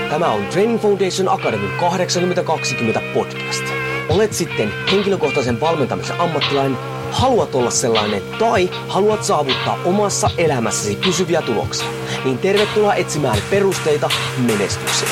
Tämä on Training Foundation Academy 8020 podcast. Olet sitten henkilökohtaisen valmentamisen ammattilainen, haluat olla sellainen tai haluat saavuttaa omassa elämässäsi pysyviä tuloksia, niin tervetuloa etsimään perusteita menestykseen.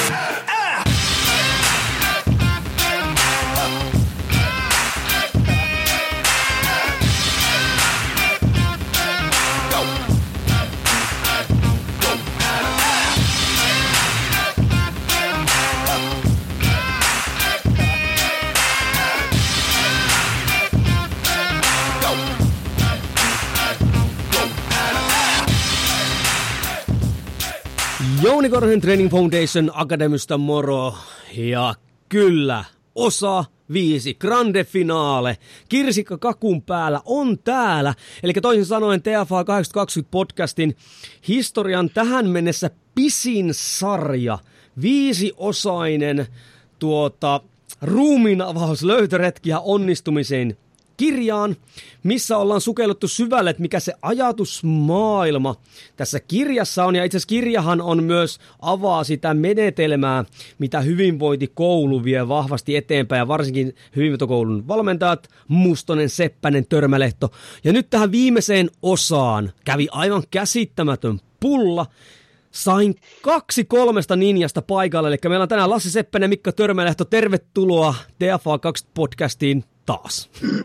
Jouni Korhonen Training Foundation Academysta moro, ja kyllä, osa 5, grande finale, kirsikka kakun päällä on täällä, eli toisin sanoen TFA 820 podcastin historian tähän mennessä pisin sarja, 5-osainen ruumiinavaus löytöretki ja onnistumiseen kirjaan, missä ollaan sukelluttu syvälle, että mikä se ajatusmaailma tässä kirjassa on. Ja itse asiassa kirjahan on myös avaa sitä menetelmää, mitä hyvinvointikoulu vie vahvasti eteenpäin, ja varsinkin hyvinvointikoulun valmentajat Mustonen, Seppänen, Törmälehto. Ja nyt tähän viimeiseen osaan kävi aivan käsittämätön pulla. Sain 2-3 ninjasta paikalle, eli meillä on tänään Lassi Seppänen ja Mikko Törmälehto. Tervetuloa TFA 20 podcastiin taas.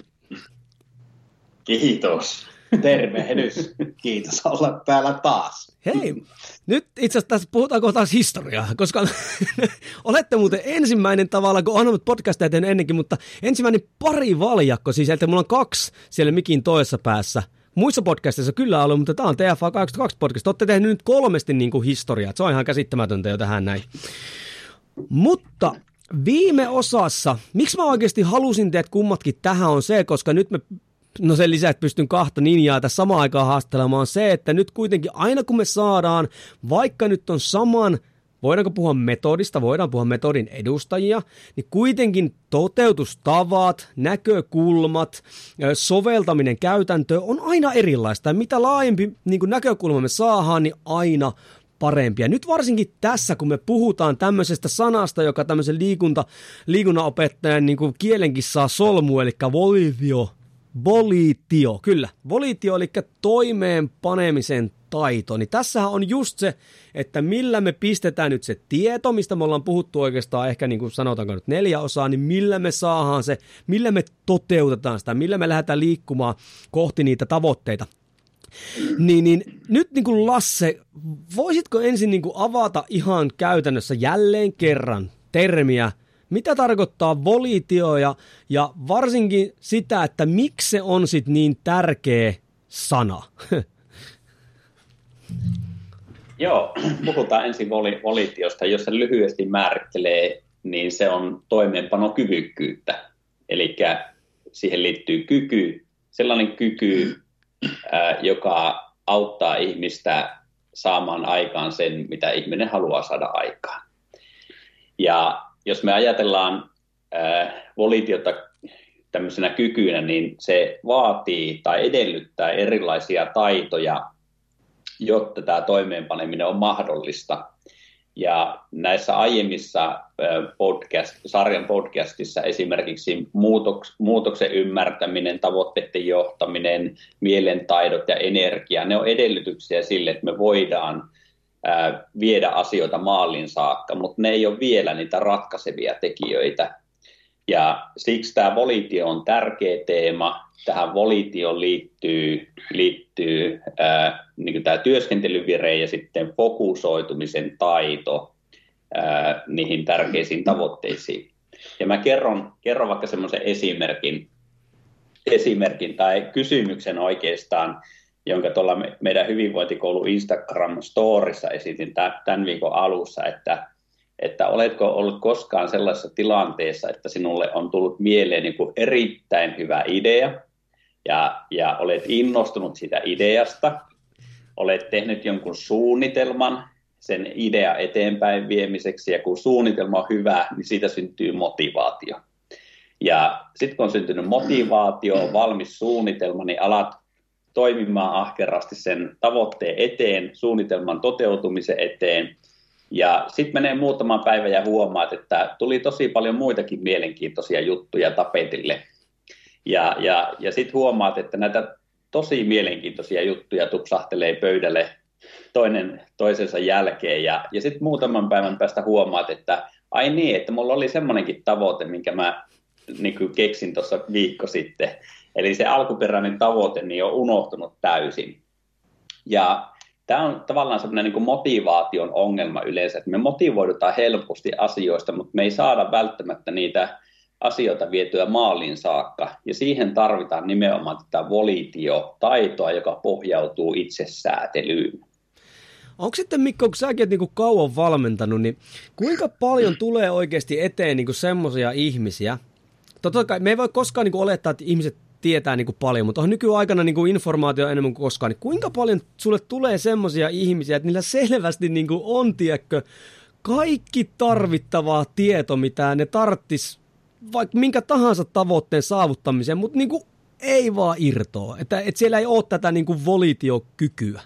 Kiitos. Tervehdys. Kiitos olla täällä taas. Hei, nyt itse asiassa tässä puhutaanko taas historiaa, koska olette muuten ensimmäinen tavalla, kun on ollut podcasteja tehnyt ennenkin, mutta ensimmäinen parivaljakko, siis että mulla on 2 siellä mikin toisessa päässä. Muissa podcasteissa kyllä on ollut, mutta tämä on TFA 82 podcast. Olette tehnyt nyt 3 niin kuin historiaa, se on ihan käsittämätöntä jo tähän näin. Mutta viime osassa, miksi mä oikeasti halusin teet kummatkin tähän on se, koska nyt sen lisäksi, että pystyn 2 ninjaa tässä samaan aikaan haastelemaan, on se, että nyt kuitenkin aina kun me saadaan, vaikka nyt on saman, voidaanko puhua metodista, voidaan puhua metodin edustajia, niin kuitenkin toteutustavat, näkökulmat, soveltaminen käytäntöön on aina erilaista. Ja mitä laajempi niin kuin näkökulma me saadaan, niin aina parempia. Nyt varsinkin tässä, kun me puhutaan tämmöisestä sanasta, joka tämmöisen liikunnanopettajan niin kuin kielenkin saa solmua, eli volitio, kyllä. Volitio, eli toimeenpanemisen taito. Niin tässähän on just se, että millä me pistetään nyt se tieto, mistä me ollaan puhuttu oikeastaan ehkä niin kuin sanotaanko nyt 4 osaa, niin millä me saadaan se, millä me toteutetaan sitä, millä me lähdetään liikkumaan kohti niitä tavoitteita. Niin nyt niin kuin Lasse, voisitko ensin niin kuin avata ihan käytännössä jälleen kerran termiä, mitä tarkoittaa volitio ja varsinkin sitä, että miksi se on sit niin tärkeä sana? Joo, puhutaan ensin volitiosta. Jos se lyhyesti määrittelee, niin se on toimeenpanokyvykkyyttä. Eli siihen liittyy kyky, sellainen kyky, joka auttaa ihmistä saamaan aikaan sen, mitä ihminen haluaa saada aikaan. Ja jos me ajatellaan volitiota tämmöisenä kykynä, niin se vaatii tai edellyttää erilaisia taitoja, jotta tämä toimeenpaneminen on mahdollista. Ja näissä aiemmissa sarjan podcastissa esimerkiksi muutoksen ymmärtäminen, tavoitteiden johtaminen, mielentaidot ja energia, ne on edellytyksiä sille, että me voidaan viedä asioita maaliin saakka, mutta ne ei ole vielä niitä ratkaisevia tekijöitä. Ja siksi tämä volitio on tärkeä teema. Tähän volitioon liittyy niin tämä työskentelyvire ja sitten fokusoitumisen taito niihin tärkeisiin tavoitteisiin. Ja mä kerron vaikka semmoisen esimerkin tai kysymyksen oikeastaan, jonka tuolla meidän hyvinvointikoulun Instagram-storissa esitin tämän viikon alussa, että oletko ollut koskaan sellaisessa tilanteessa, että sinulle on tullut mieleen niin kuin erittäin hyvä idea ja olet innostunut siitä ideasta, olet tehnyt jonkun suunnitelman sen idea eteenpäin viemiseksi ja kun suunnitelma on hyvä, niin siitä syntyy motivaatio. Ja sitten kun on syntynyt motivaatio, on valmis suunnitelma, niin alat toimimaan ahkerasti sen tavoitteen eteen, suunnitelman toteutumisen eteen. Ja sitten menee muutama päivä ja huomaat, että tuli tosi paljon muitakin mielenkiintoisia juttuja tapetille. Ja sitten huomaat, että näitä tosi mielenkiintoisia juttuja tupsahtelee pöydälle toinen toisensa jälkeen. Ja sitten muutaman päivän päästä huomaat, että ai niin, että mulla oli semmoinenkin tavoite, minkä mä niin keksin tuossa viikko sitten. Eli se alkuperäinen tavoite niin on unohtunut täysin. Ja tämä on tavallaan semmoinen niin kuin motivaation ongelma yleensä, että me motivoidutaan helposti asioista, mutta me ei saada välttämättä niitä asioita vietyä maaliin saakka. Ja siihen tarvitaan nimenomaan tätä voliitiotaitoa, joka pohjautuu itsesäätelyyn. Onko sitten, Mikko, kun säkin olet niin kauan valmentanut, niin kuinka paljon tulee oikeasti eteen niin semmoisia ihmisiä? Totta kai me ei voi koskaan niin olettaa, että ihmiset tietää niin paljon, mutta on nykyaikana niin informaatio enemmän kuin koskaan. Niin kuinka paljon sulle tulee semmoisia ihmisiä, että niillä selvästi niin on, tiedätkö, kaikki tarvittavaa tieto, mitä ne tarttis vaikka minkä tahansa tavoitteen saavuttamiseen, mutta niin ei vaan irtoa. Että siellä ei ole tätä niin voliitiokykyä.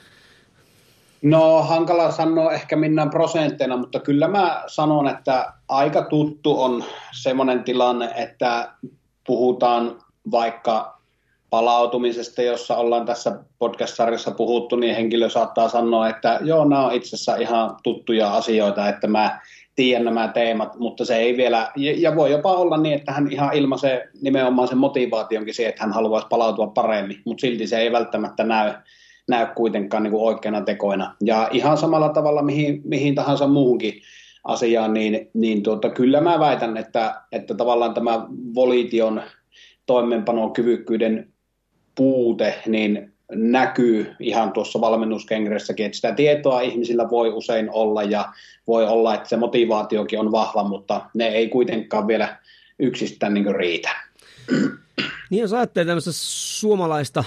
No hankala sanoa ehkä minään prosentteina, mutta kyllä mä sanon, että aika tuttu on semmoinen tilanne, että puhutaan vaikka palautumisesta, jossa ollaan tässä podcast-sarjassa puhuttu, niin henkilö saattaa sanoa, että joo, nämä on itse asiassa ihan tuttuja asioita, että mä tiedän nämä teemat, mutta se ei vielä, ja voi jopa olla niin, että hän ihan ilmaisee nimenomaan sen motivaationkin siihen, että hän haluaisi palautua paremmin, mutta silti se ei välttämättä näy kuitenkaan niin kuin oikeana tekoina. Ja ihan samalla tavalla mihin tahansa muuhunkin asiaan, niin kyllä mä väitän, että tavallaan tämä volition toimeenpanokyvykkyyden puute niin näkyy ihan tuossa valmennuskengressäkin, että sitä tietoa ihmisillä voi usein olla ja voi olla, että se motivaatiokin on vahva, mutta ne ei kuitenkaan vielä yksistään niin kuin riitä. Niin jos ajattelee tämmöistä suomalaista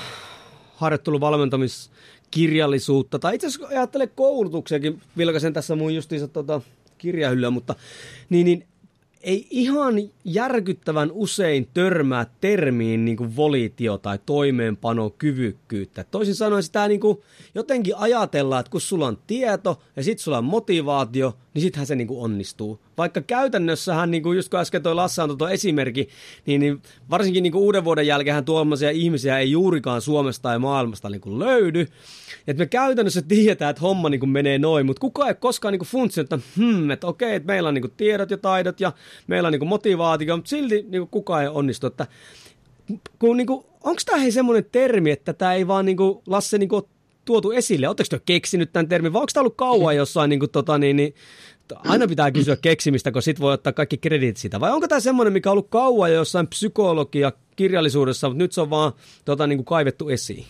harjoitteluvalmentamiskirjallisuutta, tai itse asiassa ajattelee koulutuksiakin, vilkaisen tässä mun justiinsa kirjahyllyä, mutta niin ei ihan järkyttävän usein törmää termiin niin kuin voliitio tai toimeenpanokyvykkyyttä. Toisin sanoen sitä niin kuin jotenkin ajatellaan, että kun sulla on tieto ja sitten sulla on motivaatio, niin sittenhän se niin kuin onnistuu. Vaikka käytännössähän, niin kuin just kun äsken toi Lasse antoi tuo esimerkki, niin varsinkin niin kuin uuden vuoden jälkeen tuollaisia ihmisiä ei juurikaan Suomesta tai maailmasta niin kuin löydy. Että me käytännössä tiedetään, että homma niin kuin menee noin, mutta kukaan ei koskaan niin kuin funtsinut, että okei, että meillä on niin kuin tiedot ja taidot ja meillä on niin kuin motivaatio, mutta silti niin kuin kukaan ei onnistu. Että niin onko tämä semmoinen termi, että tämä ei vaan niin kuin, Lasse niin kuin ole tuotu esille? Oletteko te keksinyt tämän termin vai onko tämä ollut kauan jossain, aina pitää kysyä keksimistä, kun sit voi ottaa kaikki kreditit siitä, vai onko tämä semmoinen, mikä on ollut kauan jossain psykologia kirjallisuudessa, mutta nyt se on vaan niin kuin kaivettu esiin?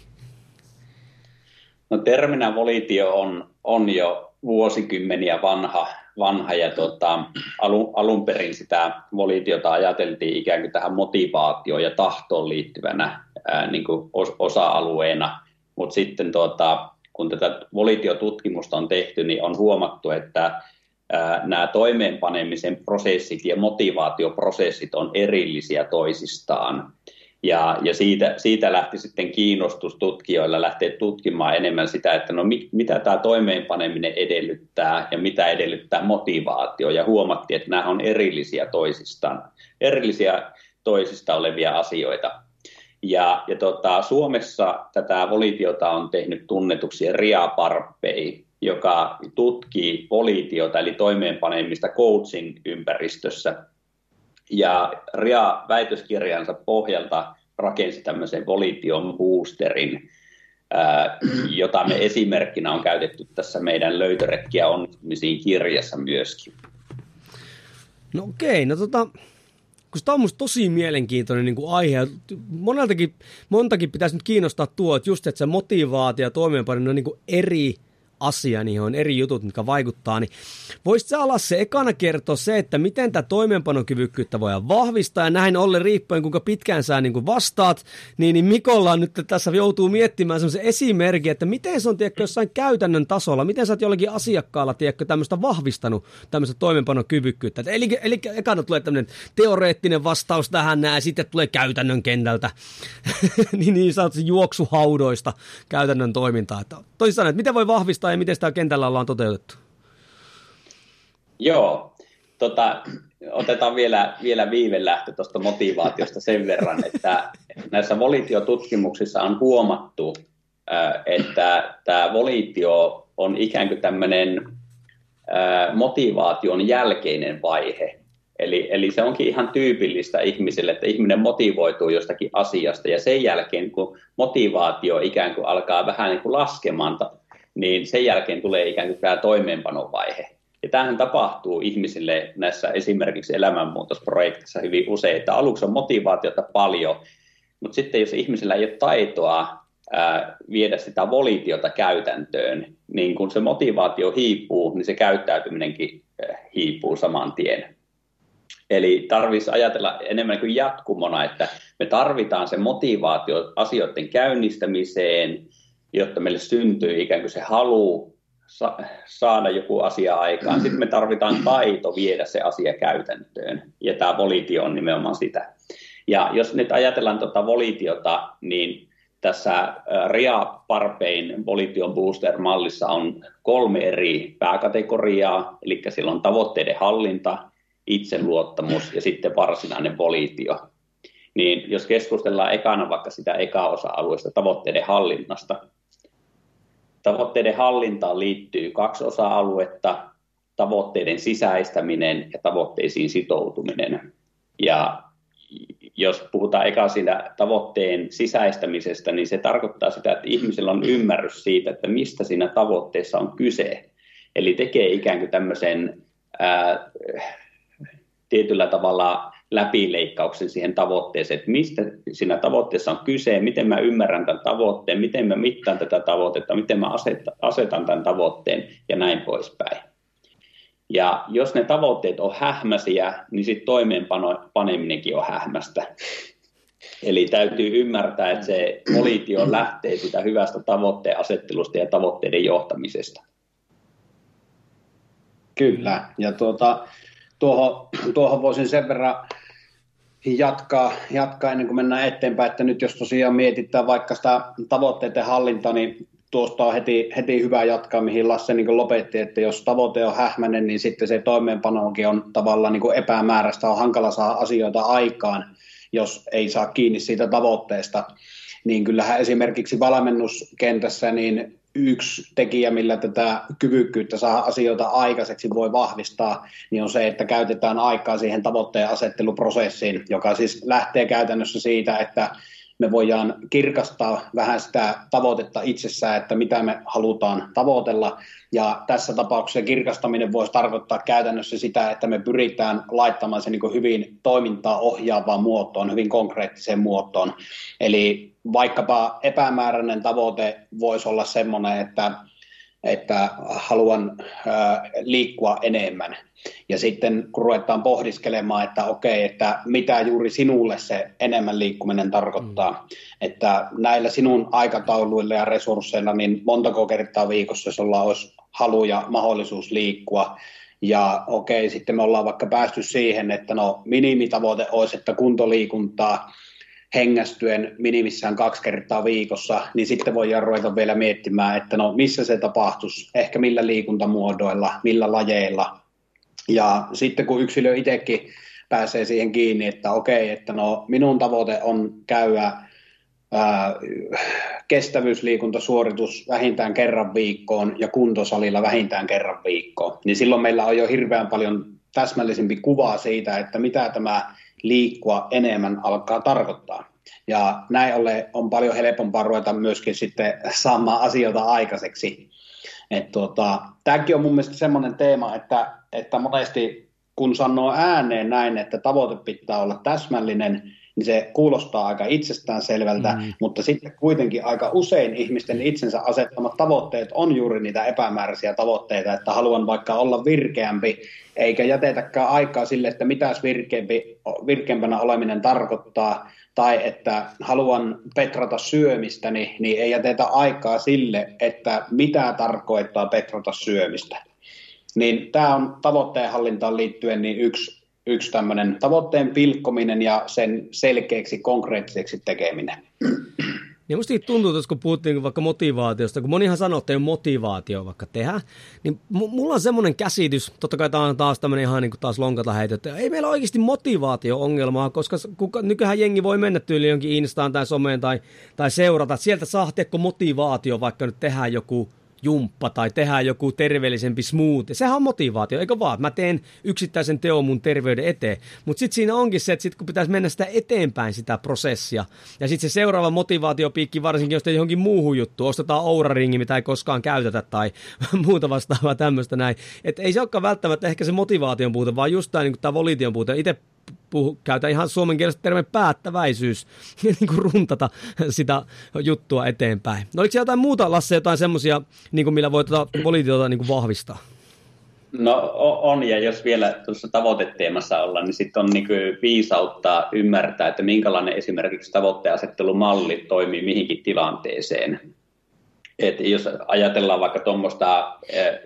No terminä voliitio on jo vuosikymmeniä vanha ja alun perin sitä voliitiota ajateltiin ikään kuin tähän motivaatioon ja tahtoon liittyvänä niin kuin osa-alueena, mutta sitten kun tätä voliitiotutkimusta on tehty, niin on huomattu, että nämä toimeenpanemisen prosessit ja motivaatioprosessit on erillisiä toisistaan. Ja siitä lähti sitten kiinnostus tutkijoilla lähteä tutkimaan enemmän sitä, että no mitä tämä toimeenpaneminen edellyttää ja mitä edellyttää motivaatio. Ja huomattiin, että nämä on erillisiä toisista olevia asioita. Ja Suomessa tätä voliitiota on tehnyt tunnetuksi Ria Parpei, joka tutkii voliitiota eli toimeenpanemista coaching-ympäristössä. Ja Ria väitöskirjansa pohjalta rakensi tämmöisen volition boosterin, jota me esimerkkinä on käytetty tässä meidän löytöretkiä onnistumisiin -kirjassa myöskin. No okei, kun tämä on musta tosi mielenkiintoinen niin kuin aihe, montakin pitäisi nyt kiinnostaa tuo, että just että se motivaatio ja toimeenpano on niin kuin eri asia, niihin on eri jutut, mitkä vaikuttaa, niin voisit sä Lasse ekana kertoa se, että miten tämä toimeenpanokyvykkyyttä voidaan vahvistaa, ja näin ollen riippuen, kuinka pitkään sä niin kuin vastaat, niin Mikolla on nyt tässä joutuu miettimään semmoisen esimerkin, että miten se on jossain käytännön tasolla, miten sä oot jollakin asiakkaalla tämmöistä vahvistanut tämmöistä toimeenpanokyvykkyyttä. Eli ekana tulee tämmöinen teoreettinen vastaus tähän, ja sitten tulee käytännön kentältä, niin sanotusti juoksuhaudoista käytännön toimintaa. Toisin sanoen, että miten voi vahvistaa ja miten sitä kentällä ollaan toteutettu? Joo, otetaan vielä viivelähtö tuosta motivaatiosta sen verran, että näissä voliitiotutkimuksissa on huomattu, että tämä voliitio on ikään kuin tämmöinen motivaation jälkeinen vaihe. Eli se onkin ihan tyypillistä ihmisille, että ihminen motivoituu jostakin asiasta ja sen jälkeen, kun motivaatio ikään kuin alkaa vähän niin kuin laskemaan, niin sen jälkeen tulee ikään kuin tämä toimeenpanovaihe. Ja tämähän tapahtuu ihmisille näissä esimerkiksi elämänmuutosprojekteissa hyvin usein, että aluksi on motivaatiota paljon, mutta sitten jos ihmisellä ei ole taitoa viedä sitä voliitiota käytäntöön, niin kun se motivaatio hiipuu, niin se käyttäytyminenkin hiipuu saman tien. Eli tarvitsisi ajatella enemmän kuin jatkumona, että me tarvitaan se motivaatio asioiden käynnistämiseen, jotta meille syntyy ikään kuin se halu saada joku asia aikaan. Sitten me tarvitaan taito viedä se asia käytäntöön, ja tämä voliitio on nimenomaan sitä. Ja jos nyt ajatellaan tuota voliitiota, niin tässä Ria Parpein volition booster-mallissa on 3 eri pääkategoriaa, eli siellä on tavoitteiden hallinta, itseluottamus ja sitten varsinainen voliitio. Niin jos keskustellaan ekana vaikka sitä eka-osa-alueesta tavoitteiden hallinnasta. Tavoitteiden hallintaan liittyy 2 osa-aluetta, tavoitteiden sisäistäminen ja tavoitteisiin sitoutuminen. Ja jos puhutaan eka siitä tavoitteen sisäistämisestä, niin se tarkoittaa sitä, että ihmisellä on ymmärrys siitä, että mistä siinä tavoitteessa on kyse. Eli tekee ikään kuin tämmöisen tietyllä tavalla läpileikkauksen siihen tavoitteeseen, että mistä siinä tavoitteessa on kyse, miten mä ymmärrän tämän tavoitteen, miten mä mittaan tätä tavoitetta, miten mä asetan tämän tavoitteen ja näin poispäin. Ja jos ne tavoitteet on hähmäisiä, niin sitten toimeenpaneminenkin on hähmästä. Eli täytyy ymmärtää, että se voliitio lähtee sitä hyvästä tavoitteen asettelusta ja tavoitteiden johtamisesta. Kyllä, ja tuohon voisin sen verran jatkaa ennen kuin mennään eteenpäin, että nyt jos tosiaan mietitään vaikka sitä tavoitteiden hallintaa, niin tuosta on heti hyvä jatkaa, mihin Lasse niin lopetti, että jos tavoite on hähmäinen, niin sitten se toimeenpanoonkin on tavallaan niin epämääräistä, on hankala saada asioita aikaan, jos ei saa kiinni siitä tavoitteesta. Niin kyllähän esimerkiksi valmennuskentässä niin yksi tekijä, millä tätä kyvykkyyttä saa asioita aikaiseksi voi vahvistaa, niin on se, että käytetään aikaa siihen tavoitteen asetteluprosessiin, joka siis lähtee käytännössä siitä, että me voidaan kirkastaa vähän sitä tavoitetta itsessään, että mitä me halutaan tavoitella. Ja tässä tapauksessa kirkastaminen voisi tarkoittaa käytännössä sitä, että me pyritään laittamaan se niin hyvin toimintaa ohjaavaan muotoon, hyvin konkreettiseen muotoon. Eli vaikkapa epämääräinen tavoite voisi olla semmoinen, että haluan liikkua enemmän. Ja sitten kun ruvetaan pohdiskelemaan, että okei, että mitä juuri sinulle se enemmän liikkuminen tarkoittaa, että näillä sinun aikatauluilla ja resursseilla, niin montako kertaa viikossa sulla olisi halu ja mahdollisuus liikkua. Ja okei, sitten me ollaan vaikka päästy siihen, että no minimitavoite olisi, että kuntoliikuntaa hengästyen minimissään 2 kertaa viikossa, niin sitten voidaan ruveta vielä miettimään, että no missä se tapahtuisi, ehkä millä liikuntamuodoilla, millä lajeilla. Ja sitten kun yksilö itsekin pääsee siihen kiinni, että okei, että no minun tavoite on käydä kestävyysliikuntasuoritus vähintään kerran viikkoon ja kuntosalilla vähintään kerran viikkoon, niin silloin meillä on jo hirveän paljon täsmällisempi kuva siitä, että mitä tämä liikkua enemmän alkaa tarkoittaa. Ja näin ollen on paljon helpompaa ruveta myöskin sitten saamaan asioita aikaiseksi. Tämäkin on mun mielestä semmoinen teema, että monesti kun sanoo ääneen näin, että tavoite pitää olla täsmällinen, niin se kuulostaa aika itsestäänselvältä, mutta sitten kuitenkin aika usein ihmisten itsensä asettamat tavoitteet on juuri niitä epämääräisiä tavoitteita, että haluan vaikka olla virkeämpi, eikä jätetäkään aikaa sille, että mitäs virkeämpänä oleminen tarkoittaa, tai että haluan petrata syömistäni, niin ei jätetä aikaa sille, että mitä tarkoittaa petrata syömistä. Niin tämä on tavoitteen hallintaan liittyen niin yksi tämmöinen tavoitteen pilkkominen ja sen selkeäksi konkreettiseksi tekeminen. Ja musta tuntuu, että kun puhuttiin vaikka motivaatiosta, kun monihan sanoo, että ei ole motivaatio vaikka tehdä, niin mulla on semmoinen käsitys, totta kai tämä on taas tämmöinen ihan niin kuin taas lonkata heitä, että ei meillä oikeasti motivaatio-ongelmaa, koska nykyään jengi voi mennä tyyliin jonkin Instaan tai someen tai seurata, että sieltä saa motivaatio, vaikka nyt tehdään joku jumppa tai tehdään joku terveellisempi smoothie. Sehän on motivaatio, eikö vaan? Mä teen yksittäisen teon mun terveyden eteen. Mutta sitten siinä onkin se, että sit kun pitäisi mennä sitä eteenpäin sitä prosessia, ja sitten se seuraava motivaatiopiikki, varsinkin jos te johonkin muuhun juttuun, ostetaan Oura-ringi, mitä ei koskaan käytetä tai muuta vastaavaa tämmöistä näin. Että ei se olekaan välttämättä ehkä se motivaation puute, vaan just tämä niin volition puute. Itse käytän ihan suomenkielistä termeen päättäväisyys, niin kuin runtata sitä juttua eteenpäin. No, oliko siellä jotain muuta, Lasse, jotain semmoisia, niin millä voi volitiota niin vahvistaa? No on, ja jos vielä tuossa tavoiteteemassa ollaan, niin sitten on niin viisautta ymmärtää, että minkälainen esimerkiksi tavoitteasettelumalli toimii mihinkin tilanteeseen. Et jos ajatellaan vaikka tuollaista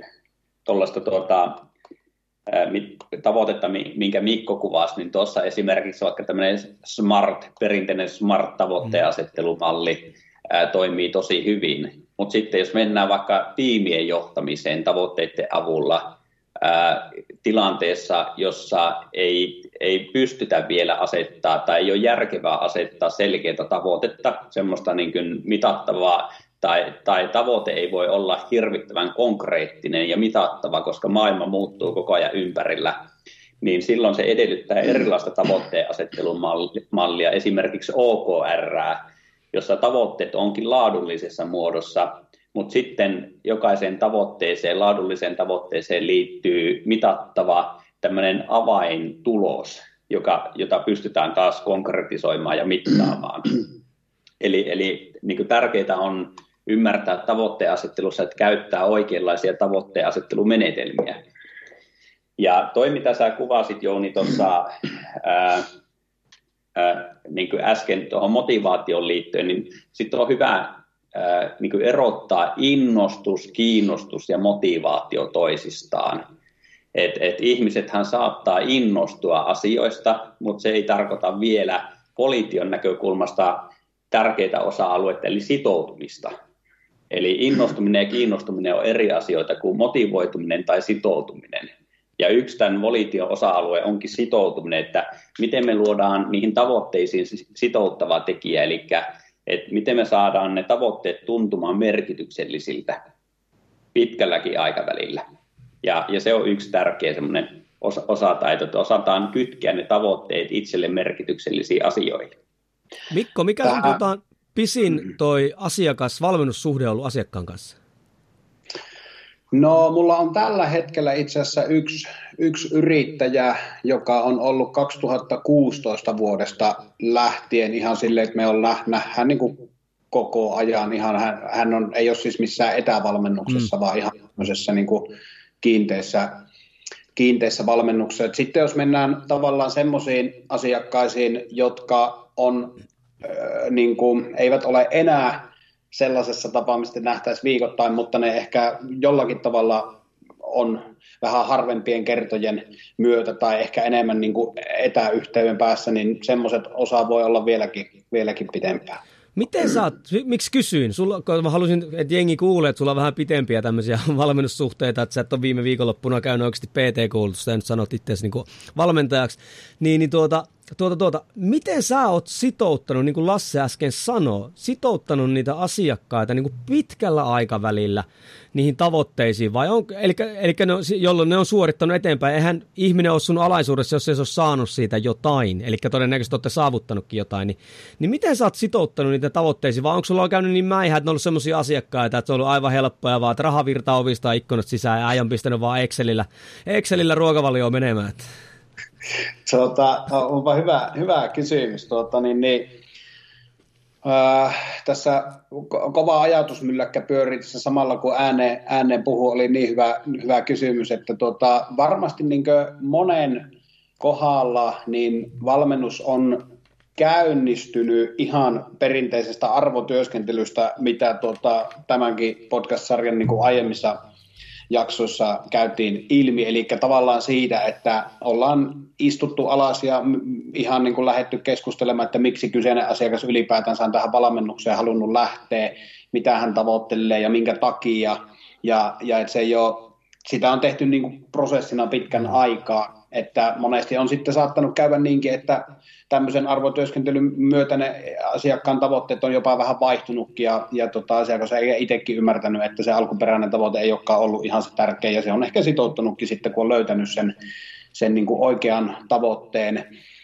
tavoitetta, minkä Mikko kuvasi, niin tuossa esimerkiksi vaikka tämmöinen perinteinen SMART-tavoitteasettelumalli toimii tosi hyvin. Mutta sitten jos mennään vaikka tiimien johtamiseen tavoitteiden avulla tilanteessa, jossa ei pystytä vielä asettaa tai ei ole järkevää asettaa selkeää tavoitetta, semmoista niin kuin mitattavaa, tai tavoite ei voi olla hirvittävän konkreettinen ja mitattava, koska maailma muuttuu koko ajan ympärillä, niin silloin se edellyttää erilaista tavoitteen asettelun mallia, esimerkiksi OKR, jossa tavoitteet onkin laadullisessa muodossa, mutta sitten jokaiseen laadulliseen tavoitteeseen liittyy mitattava tämmöinen avaintulos, jota pystytään taas konkretisoimaan ja mittaamaan. Eli niin kuin tärkeää on ymmärtää tavoitteenasettelussa, että käyttää oikeanlaisia tavoitteenasettelumenetelmiä. Ja toi, mitä sä kuvasit, Jouni, tuossa niin kuin äsken tuohon motivaatioon liittyen, niin sitten on hyvä niin kuin erottaa innostus, kiinnostus ja motivaatio toisistaan. Et ihmisethän saattaa innostua asioista, mutta se ei tarkoita vielä poliition näkökulmasta tärkeitä osa-alueita, eli sitoutumista. Eli innostuminen ja kiinnostuminen on eri asioita kuin motivoituminen tai sitoutuminen. Ja yksi tämän volition osa-alue onkin sitoutuminen, että miten me luodaan niihin tavoitteisiin sitouttava tekijä, eli että miten me saadaan ne tavoitteet tuntumaan merkityksellisiltä pitkälläkin aikavälillä. Ja se on yksi tärkeä semmoinen osataito, että osataan kytkeä ne tavoitteet itselle merkityksellisiin asioihin. Mikko, mikä on pisin toi valmennussuhde ollut asiakkaan kanssa? No, mulla on tällä hetkellä itse asiassa yksi yrittäjä, joka on ollut 2016 vuodesta lähtien ihan silleen, että me on hän niin kuin koko ajan ihan, hän ei ole siis missään etävalmennuksessa, vaan ihan tämmöisessä niin kuin kiinteissä valmennuksessa. Sitten jos mennään tavallaan semmoisiin asiakkaisiin, jotka on niin kuin, eivät ole enää sellaisessa tapaamisessa nähtäisi viikoittain, mutta ne ehkä jollakin tavalla on vähän harvempien kertojen myötä tai ehkä enemmän niin kuin etäyhteyden päässä, niin semmoiset osa voi olla vieläkin pitempään. Miten sä oot, miksi kysyin? Mä halusin, että jengi kuulee, että sulla on vähän pitempiä tämmöisiä valmennussuhteita, että sä et ole viime viikonloppuna käynyt oikeasti PT-koulutusta ja nyt sanot itseäsi niin valmentajaksi. Miten sä oot sitouttanut, niin kuin Lasse äsken sanoi, sitouttanut niitä asiakkaita niin kuin pitkällä aikavälillä niihin tavoitteisiin, vai jolloin ne on suorittanut eteenpäin? Eihän ihminen ole sun alaisuudessa, jos ei se ole saanut siitä jotain, eli todennäköisesti olette saavuttanutkin jotain, niin miten sä oot sitouttanut niitä tavoitteisiin, vai onko sulla käynyt niin mäihä, että ne on ollut semmoisia asiakkaita, että se on ollut aivan helppoa, vaan että rahavirta ovista ikkunasta sisään ja äijä on pistänyt vaan Excelillä ruokavalioon menemään? Onpa hyvä kysymys. Tässä kova ajatusmylläkkä pyörii tässä samalla, kun ääneen puhuu, oli niin hyvä kysymys, että varmasti niin monen kohdalla niin valmennus on käynnistynyt ihan perinteisestä arvotyöskentelystä, mitä tämänkin podcast-sarjan niin kuin aiemmissa jaksoissa käytiin ilmi, eli tavallaan siitä, että ollaan istuttu alas ja ihan niin kuin lähdetty keskustelemaan, että miksi kyseinen asiakas ylipäätään on tähän valmennukseen halunnut lähteä, mitä hän tavoittelee ja minkä takia, ja että se ei ole, sitä on tehty niin kuin prosessina pitkän aikaa, että monesti on sitten saattanut käydä niinkin, että tämmöisen arvotyöskentelyn myötä ne asiakkaan tavoitteet on jopa vähän vaihtunutkin ja asiakas ei itsekin ymmärtänyt, että se alkuperäinen tavoite ei olekaan ollut ihan se tärkeä ja se on ehkä sitouttanutkin sitten, kun on löytänyt sen niin kuin oikean tavoitteen.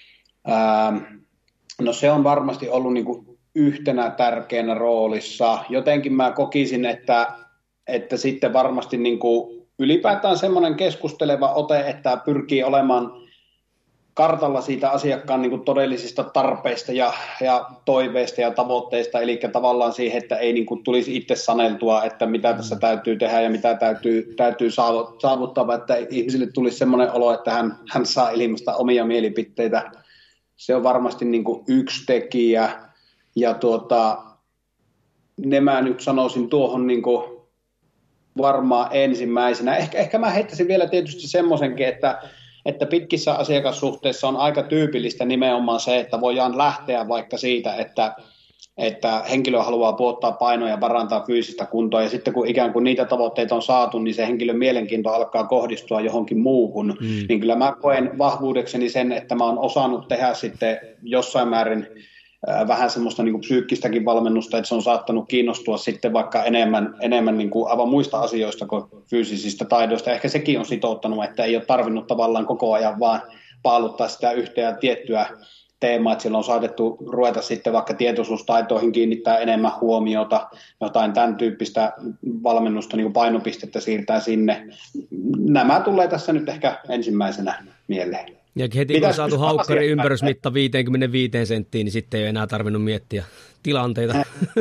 No se on varmasti ollut niin kuin yhtenä tärkeänä roolissa. Jotenkin mä kokisin, että sitten varmasti niin kuin ylipäätään semmoinen keskusteleva ote, että pyrkii olemaan kartalla siitä asiakkaan niin kuin todellisista tarpeista ja toiveista ja tavoitteista, eli tavallaan siihen, että ei niin kuin tulisi itse saneltua, että mitä tässä täytyy tehdä ja mitä täytyy saavuttaa, että ihmisille tulisi semmoinen olo, että hän saa ilmaista omia mielipiteitä. Se on varmasti niin kuin yksi tekijä, ja ne mä nyt sanoisin tuohon niin kuin varmaan ensimmäisenä. Ehkä mä heittäisin vielä tietysti semmoisenkin, että pitkissä asiakassuhteissa on aika tyypillistä nimenomaan se, että voidaan lähteä vaikka siitä, että henkilö haluaa puottaa painoa ja parantaa fyysistä kuntoa, ja sitten kun ikään kuin niitä tavoitteita on saatu, niin se henkilön mielenkiinto alkaa kohdistua johonkin muuhun. Niin kyllä mä koen vahvuudekseni sen, että mä oon osannut tehdä sitten jossain määrin vähän semmoista niin kuin psyykkistäkin valmennusta, että se on saattanut kiinnostua sitten vaikka enemmän niin kuin aivan muista asioista kuin fyysisistä taidoista. Ehkä sekin on sitouttanut, että ei ole tarvinnut tavallaan koko ajan vaan paaluttaa sitä yhtä ja tiettyä teemaa, että sillä on saatettu ruveta sitten vaikka tietoisuustaitoihin kiinnittää enemmän huomiota, jotain tämän tyyppistä valmennusta, niin kuin painopistettä siirtää sinne. Nämä tulee tässä nyt ehkä ensimmäisenä mieleen. Ja heti kun on saatu haukkari ympärysmitta 55 senttiin, niin sitten ei ole enää tarvinnut miettiä tilanteita.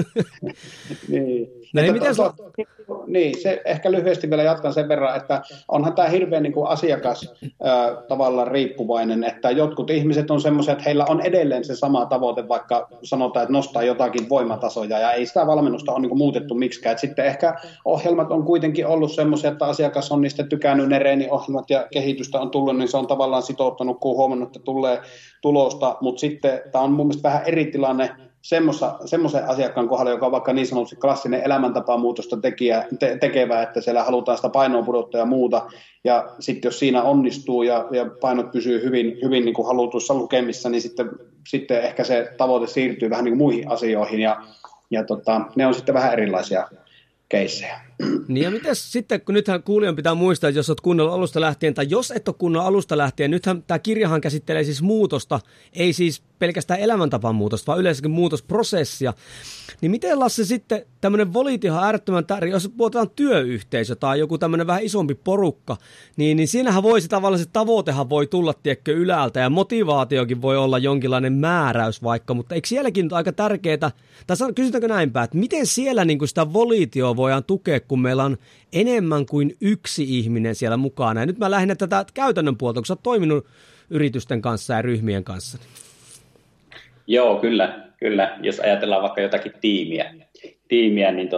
Niin, se ehkä lyhyesti vielä jatkan sen verran, että onhan tämä hirveän niin kuin asiakas tavallaan riippuvainen, että jotkut ihmiset on semmoisia, että heillä on edelleen se sama tavoite, vaikka sanotaan, että nostaa jotakin voimatasoja, ja ei sitä valmennusta ole niin kuin muutettu miksikään. Sitten ehkä ohjelmat on kuitenkin ollut semmoisia, että asiakas on niistä tykännyt, ne reeniohjelmat ja kehitystä on tullut, niin se on tavallaan sitouttanut, kun on huomannut, että tulee tulosta, mutta sitten tämä on mun mielestä vähän eri tilanne semmoisen asiakkaan kohdalla, joka on vaikka niin sanotusti klassinen elämäntapamuutosta tekevä, että siellä halutaan sitä painoa pudottaa ja muuta, ja sitten jos siinä onnistuu ja painot pysyy hyvin niin kuin halutuissa lukemissa, niin sitten ehkä se tavoite siirtyy vähän niin kuin muihin asioihin, ja ne on sitten vähän erilaisia keissejä. Niin ja miten sitten, kun nythän kuulijan pitää muistaa, että jos olet kuunnellut alusta lähtien, tai jos et ole kuunnellut alusta lähtien, nythän tämä kirjahan käsittelee siis muutosta, ei siis pelkästään elämäntapan muutosta, vaan yleensäkin muutosprosessia. Niin miten, Lasse, sitten tämmöinen Volitio on äärettömän tärkeä, jos puhutaan työyhteisö tai joku tämmöinen vähän isompi porukka, niin siinähän voisi tavallaan se tavoitehan voi tulla, tiedätkö, ylältä, ja motivaatiokin voi olla jonkinlainen määräys vaikka, mutta eikö sielläkin nyt aika tärkeää, tai kysytäänkö näinpä, että miten siellä niin kuin sitä Volitioa voidaan tukea, kun meillä on enemmän kuin yksi ihminen siellä mukana. Ja nyt mä lähinnä tätä käytännön puolta, kun sä oot toiminut yritysten kanssa ja ryhmien kanssa. Joo, kyllä. Jos ajatellaan vaikka jotakin tiimiä niin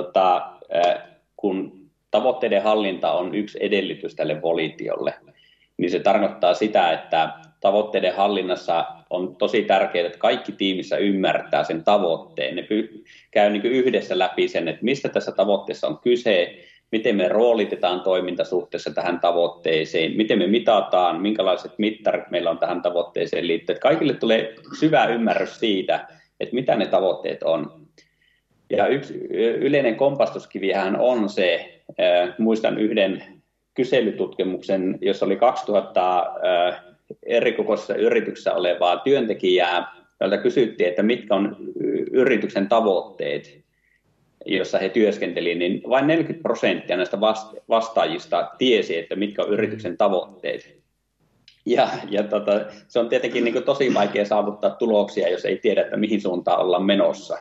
kun tavoitteiden hallinta on yksi edellytys tälle Volitiolle, niin se tarkoittaa sitä, että tavoitteiden hallinnassa on tosi tärkeää, että kaikki tiimissä ymmärtää sen tavoitteen. Ne käy niin kuin yhdessä läpi sen, että mistä tässä tavoitteessa on kyse, miten me roolitetaan toimintasuhteessa tähän tavoitteeseen, miten me mitataan, minkälaiset mittarit meillä on tähän tavoitteeseen liittyen. Kaikille tulee syvä ymmärrys siitä, että mitä ne tavoitteet on. Ja yksi yleinen kompastuskivihän on se, muistan yhden kyselytutkimuksen, jossa oli 2000 erikokoisessa yrityksessä olevaa työntekijää, joilta kysyttiin, että mitkä on yrityksen tavoitteet, jossa he työskentelivät, niin vain 40% näistä vastaajista tiesi, että mitkä on yrityksen tavoitteet. Ja se on tietenkin niin kuin tosi vaikea saavuttaa tuloksia, jos ei tiedä, että mihin suuntaan ollaan menossa.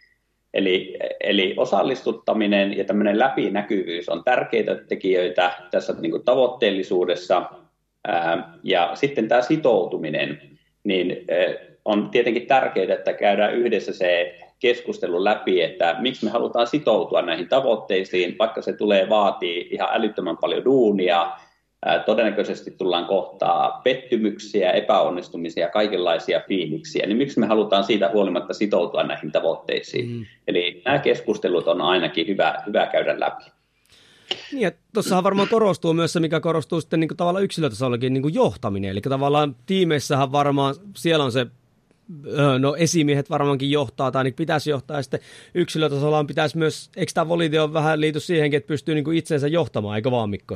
Eli osallistuttaminen ja tämmöinen läpinäkyvyys on tärkeitä tekijöitä tässä niin kuin tavoitteellisuudessa. Ja sitten tämä sitoutuminen, niin on tietenkin tärkeää, että käydään yhdessä se keskustelun läpi, että miksi me halutaan sitoutua näihin tavoitteisiin, vaikka se vaatii ihan älyttömän paljon duunia. Todennäköisesti tullaan kohtaa pettymyksiä, epäonnistumisia, kaikenlaisia fiiliksiä, niin miksi me halutaan siitä huolimatta sitoutua näihin tavoitteisiin. Eli nämä keskustelut on ainakin hyvä käydä läpi. Niin, ja tuossahan varmaan korostuu myös se, mikä korostuu sitten niin kuin tavallaan yksilötasollakin niin kuin johtaminen. Eli tavallaan tiimeissähän varmaan siellä on se, no esimiehet varmaankin johtaa tai niin pitäisi johtaa, ja sitten yksilötasolla pitäisi myös, eikö tämä Volitio vähän liity siihenkin, että pystyy niin kuin itsensä johtamaan, eikö vaan Mikko?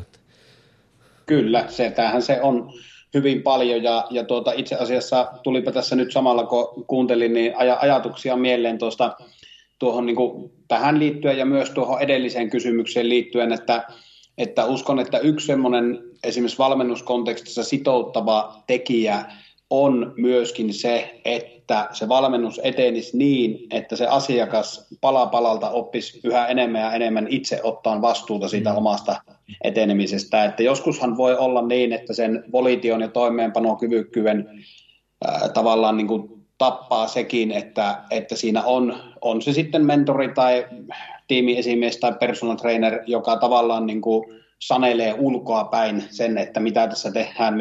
Kyllä, tämähän se on hyvin paljon, ja itse asiassa tulipa tässä nyt samalla, kun kuuntelin, niin ajatuksia mieleen tuohon niin kuin tähän liittyen ja myös tuohon edelliseen kysymykseen liittyen, että uskon, että yksi semmoinen esimerkiksi valmennuskontekstissa sitouttava tekijä on myöskin se, että se valmennus etenisi niin, että se asiakas pala palalta oppisi yhä enemmän ja enemmän itse ottaa vastuuta siitä omasta etenemisestä. Että joskushan voi olla niin, että sen volition ja toimeenpanokyvykkyyden tavallaan niin kuin tappaa sekin, että siinä on se sitten mentori tai tiimiesimies tai personal trainer, joka tavallaan niin kuin sanelee ulkoa päin sen, että mitä tässä tehdään,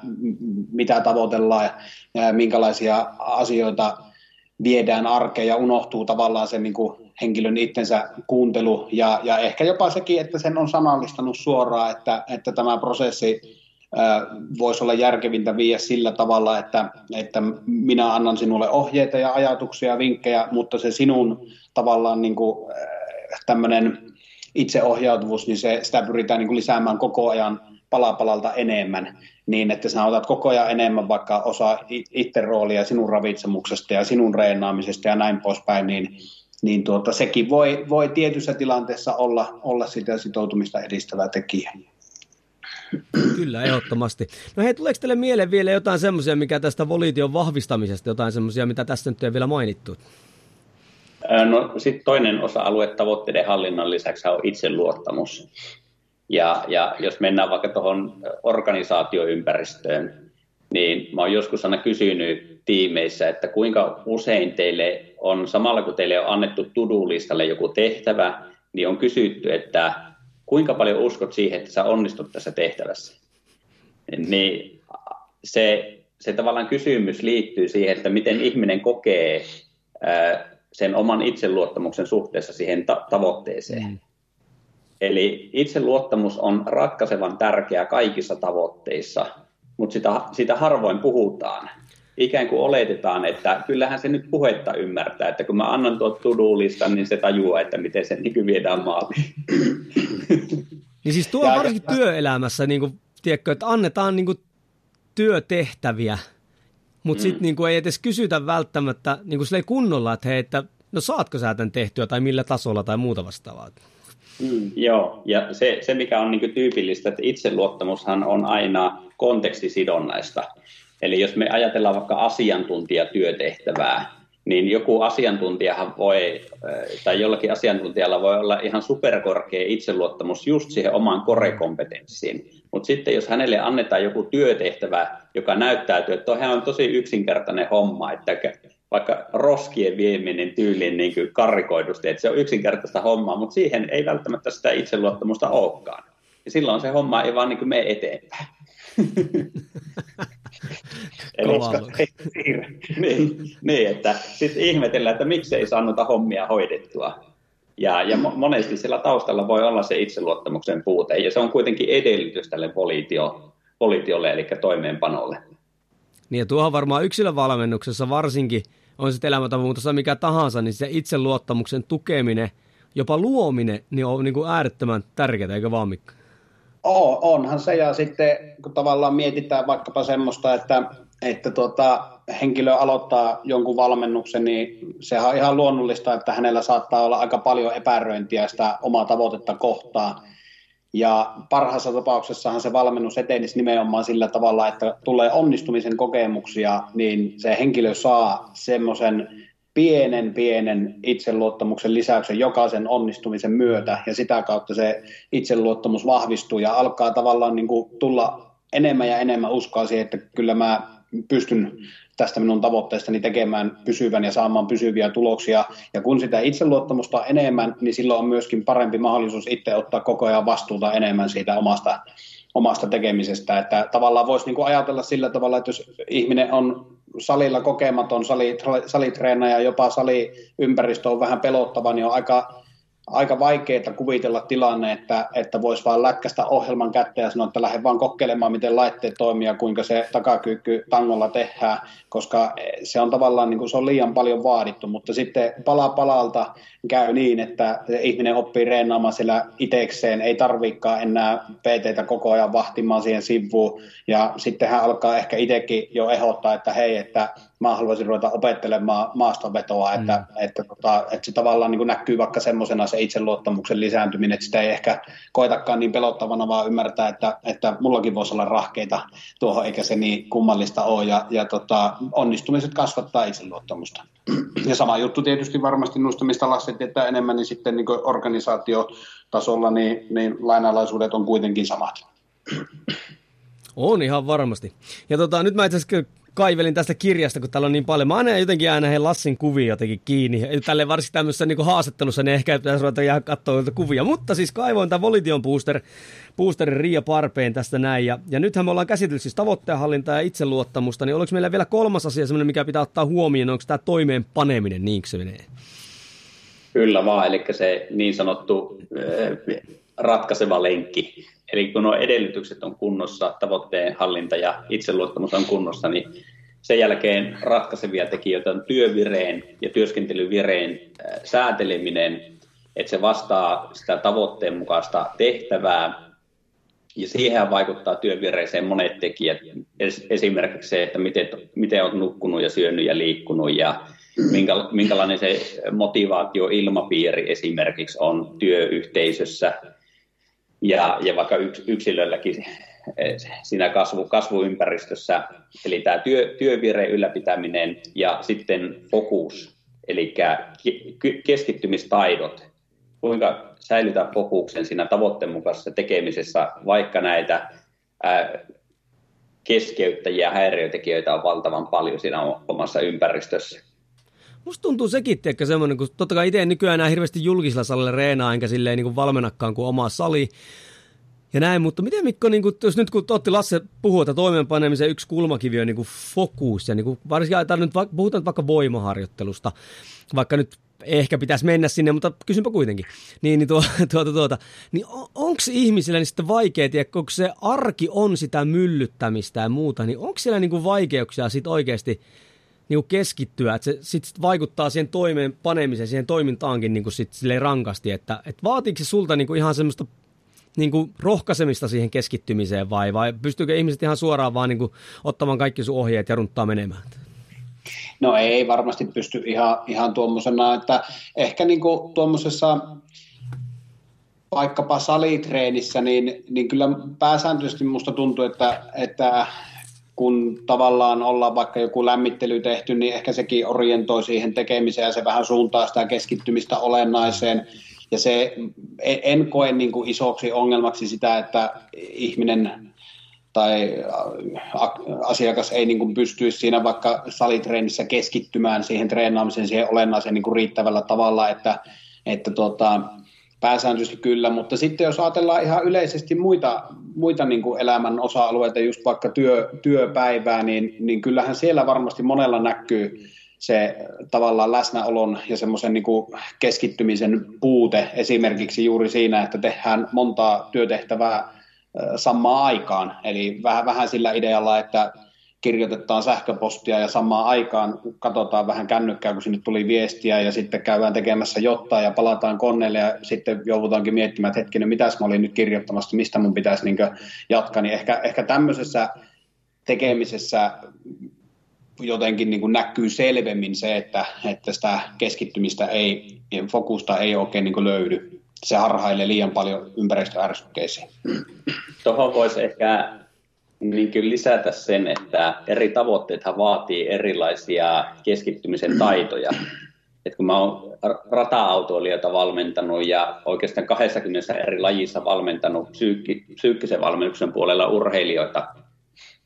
mitä tavoitellaan ja minkälaisia asioita viedään arkeen ja unohtuu tavallaan se niin kuin henkilön itsensä kuuntelu ja ehkä jopa sekin, että sen on sanallistanut suoraan, että tämä prosessi voisi olla järkevintä viedä sillä tavalla, että minä annan sinulle ohjeita ja ajatuksia ja vinkkejä, mutta se sinun tavallaan niin kuin tämmöinen itseohjautuvuus, niin sitä pyritään niin kuin lisäämään koko ajan pala palalta enemmän, niin että sä otat koko ajan enemmän vaikka osa itse roolia sinun ravitsemuksesta ja sinun reenaamisesta ja näin poispäin, niin sekin voi tietyssä tilanteessa olla sitä sitoutumista edistävä tekijä. Kyllä, ehdottomasti. No hei, tuleeko teille mieleen vielä jotain semmoisia, mikä tästä volition vahvistamisesta, jotain semmoisia, mitä tässä nyt ei vielä mainittu? No sitten toinen osa-alue tavoitteiden hallinnan lisäksi on itseluottamus. Ja jos mennään vaikka tuohon organisaatioympäristöön, niin mä oon joskus aina kysynyt tiimeissä, että kuinka usein teille on, samalla kun teille on annettu to-do-listalle joku tehtävä, niin on kysytty, että kuinka paljon uskot siihen, että sä onnistut tässä tehtävässä. Niin se tavallaan kysymys liittyy siihen, että miten ihminen kokee sen oman itseluottamuksen suhteessa siihen tavoitteeseen. Eli itseluottamus on ratkaisevan tärkeä kaikissa tavoitteissa, mutta sitä harvoin puhutaan. Ikään kuin oletetaan, että kyllähän se nyt puhetta ymmärtää, että kun mä annan tuon to-do-listan, niin se tajuaa, että miten se niin viedään maaliin. Niin siis tuo on varsinkin työelämässä, niin kuin, tiedätkö, että annetaan niin kuin työtehtäviä, mutta sitten niin ei edes kysytä välttämättä niin kuin kunnolla, että hei, että no saatko sä tämän tehtyä tai millä tasolla tai muuta vastaavaa. Joo, ja se mikä on niin kuin tyypillistä, että itseluottamushan on aina kontekstisidonnaista. Eli jos me ajatellaan vaikka asiantuntijatyötehtävää, niin joku asiantuntijahan voi, tai jollakin asiantuntijalla voi olla ihan superkorkea itseluottamus just siihen omaan core-kompetenssiin. Mutta sitten jos hänelle annetaan joku työtehtävä, joka näyttäytyy, että toihan on tosi yksinkertainen homma, että vaikka roskien vieminen tyyliin niin kuin karrikoidusti, että se on yksinkertaista hommaa, mutta siihen ei välttämättä sitä itseluottamusta olekaan. Ja silloin se homma ei vaan niin kuin mene eteenpäin. niin, että sitten ihmetellään, että miksi ei saanut hommia hoidettua. Ja monesti siellä taustalla voi olla se itseluottamuksen puute, ja se on kuitenkin edellytys tälle volitiolle, eli toimeenpanolle. Niin, ja tuohon varmaan yksilövalmennuksessa varsinkin, on se elämäntapamuutossa mikä tahansa, niin se itseluottamuksen tukeminen, jopa luominen, niin on niin kuin äärettömän tärkeää, eikö vaan Mikko? Onhan se, ja sitten kun tavallaan mietitään vaikkapa semmoista, että henkilö aloittaa jonkun valmennuksen, niin sehän on ihan luonnollista, että hänellä saattaa olla aika paljon epäröintiä sitä omaa tavoitetta kohtaan. Ja parhaassa tapauksessahan se valmennus etenisi nimenomaan sillä tavalla, että tulee onnistumisen kokemuksia, niin se henkilö saa semmoisen pienen itseluottamuksen lisäyksen jokaisen onnistumisen myötä, ja sitä kautta se itseluottamus vahvistuu ja alkaa tavallaan niin kuin tulla enemmän ja enemmän uskoa siihen, että kyllä mä pystyn tästä minun tavoitteestani tekemään pysyvän ja saamaan pysyviä tuloksia. Ja kun sitä itseluottamusta on enemmän, niin silloin on myöskin parempi mahdollisuus itse ottaa koko ajan vastuuta enemmän siitä omasta tekemisestä. Että tavallaan voisi niin kuin ajatella sillä tavalla, että jos ihminen on salilla kokematon, salitreenaaja, jopa saliympäristö on vähän pelottava, niin on aika vaikeaa kuvitella tilanne, että voisi vaan lätkästä ohjelman kättä ja sanoa, että lähde vaan kokeilemaan, miten laitteet toimii ja kuinka se takakyykky tangolla tehdään, koska se on tavallaan niin kuin se on liian paljon vaadittu, mutta sitten pala palalta käy niin, että se ihminen oppii reenaamaan siellä itekseen, ei tarviikaan enää PT:tä koko ajan vahtimaan siihen sivuun, ja sitten hän alkaa ehkä itsekin jo ehdottaa, että hei, että mä haluaisin ruveta opettelemaan maastonvetoa, että se tavallaan niin kuin näkyy vaikka semmoisena se itseluottamuksen lisääntyminen, että sitä ei ehkä koetakaan niin pelottavana, vaan ymmärtää, että mullakin voisi olla rahkeita tuohon, eikä se niin kummallista ole, ja onnistumiset kasvattaa itseluottamusta. Ja sama juttu tietysti varmasti noista, mistä Lasse tietää enemmän, niin sitten niin kuin organisaatiotasolla niin lainalaisuudet on kuitenkin samat. On ihan varmasti. Ja nyt mä itse asiassa kaivelin tästä kirjasta, kun täällä on niin paljon. Mä aina jotenkin aina Lassin kuvia jotenkin kiinni. Tälleen varsinkin tämmöisessä niin haastattelussa, niin ehkä pitäisi ruveta jää katsoa kuvia. Mutta siis kaivoin tämän Volition boosterin Riia Parpeen tästä näin. Ja nythän me ollaan käsitellyt siis tavoitteenhallintaa ja itseluottamusta. Niin oliko meillä vielä kolmas asia, semmoinen, mikä pitää ottaa huomioon? Onko tämä toimeenpaneminen, niinkö se menee? Kyllä vaan, eli se niin sanottu ratkaiseva lenkki. Eli kun nuo edellytykset on kunnossa, tavoitteenhallinta ja itseluottamus on kunnossa, niin sen jälkeen ratkaisevia tekijöitä on työvireen ja työskentelyvireen sääteleminen, että se vastaa sitä tavoitteen mukaista tehtävää. Ja siihen vaikuttaa työvireeseen monet tekijät, esimerkiksi se, että miten olet nukkunut ja syönyt ja liikkunut ja minkälainen se motivaatioilmapiiri esimerkiksi on työyhteisössä. Ja vaikka yksilölläkin siinä kasvuympäristössä, eli tämä työvireen ylläpitäminen ja sitten fokus, eli keskittymistaidot, kuinka säilytää fokuksen siinä tavoitteen mukaisessa tekemisessä, vaikka näitä keskeyttäjiä ja häiriötekijöitä on valtavan paljon siinä omassa ympäristössä. Musta tuntuu sekin, että semmoinen, kun totta kai itse nykyään enää hirveästi julkisella salilla reenaa, enkä silleen niin kuin valmennakaan kuin oma sali ja näin, mutta miten Mikko, niin kuin, jos nyt kun Totti Lasse puhuu, että toimeenpanemisen yksi kulmakivi on niin kuin fokus, ja niin kuin, varsinkin nyt puhutaan nyt vaikka voimaharjoittelusta, vaikka nyt ehkä pitäisi mennä sinne, mutta kysynpä kuitenkin, niin onko ihmisillä niin sitten vaikea, kun se arki on sitä myllyttämistä ja muuta, niin onko siellä niin kuin vaikeuksia sitten oikeasti niin kuin keskittyä, että se sitten vaikuttaa siihen toimeenpanemiseen, siihen toimintaankin niin kuin sit silleen rankasti, että vaatiiko se sulta niin kuin ihan semmoista niin kuin rohkaisemista siihen keskittymiseen vai pystyykö ihmiset ihan suoraan vaan niin kuin ottamaan kaikki sun ohjeet ja runttaa menemään? No ei varmasti pysty ihan tuommoisena, että ehkä niin kuin tuommoisessa vaikkapa salitreenissä, niin kyllä pääsääntöisesti musta tuntuu, että kun tavallaan ollaan vaikka joku lämmittely tehty, niin ehkä sekin orientoi siihen tekemiseen ja se vähän suuntaa sitä keskittymistä olennaiseen. Ja se en koe niin kuin isoksi ongelmaksi sitä, että ihminen tai asiakas ei niin kuin pystyisi siinä vaikka salitreenissä keskittymään siihen treenaamiseen, siihen olennaiseen niin kuin riittävällä tavalla, että pääsääntöisesti kyllä, mutta sitten jos ajatellaan ihan yleisesti muita niin kuin elämän osa-alueita, just vaikka työpäivää, niin kyllähän siellä varmasti monella näkyy se tavallaan läsnäolon ja semmoisen niin kuin keskittymisen puute esimerkiksi juuri siinä, että tehdään montaa työtehtävää samaan aikaan. Eli vähän sillä idealla, että kirjoitetaan sähköpostia ja samaan aikaan katsotaan vähän kännykkää, kun sinne tuli viestiä ja sitten käydään tekemässä jotain ja palataan koneelle ja sitten joudutaankin miettimään, että hetkinen, mitäs mä olin nyt kirjoittamassa, mistä mun pitäisi niin jatkaa. Niin ehkä tämmöisessä tekemisessä jotenkin niin kuin näkyy selvemmin se, että sitä keskittymistä fokusta ei oikein niin kuin löydy. Se harhailee liian paljon ympäristöärsykkeisiin. Tuohon voisi ehkä niin kyllä lisätä sen, että eri tavoitteethan vaatii erilaisia keskittymisen taitoja. Et kun mä oon rata-autoilijoita valmentanut ja oikeastaan 20 eri lajissa valmentanut psyykkisen valmennuksen puolella urheilijoita,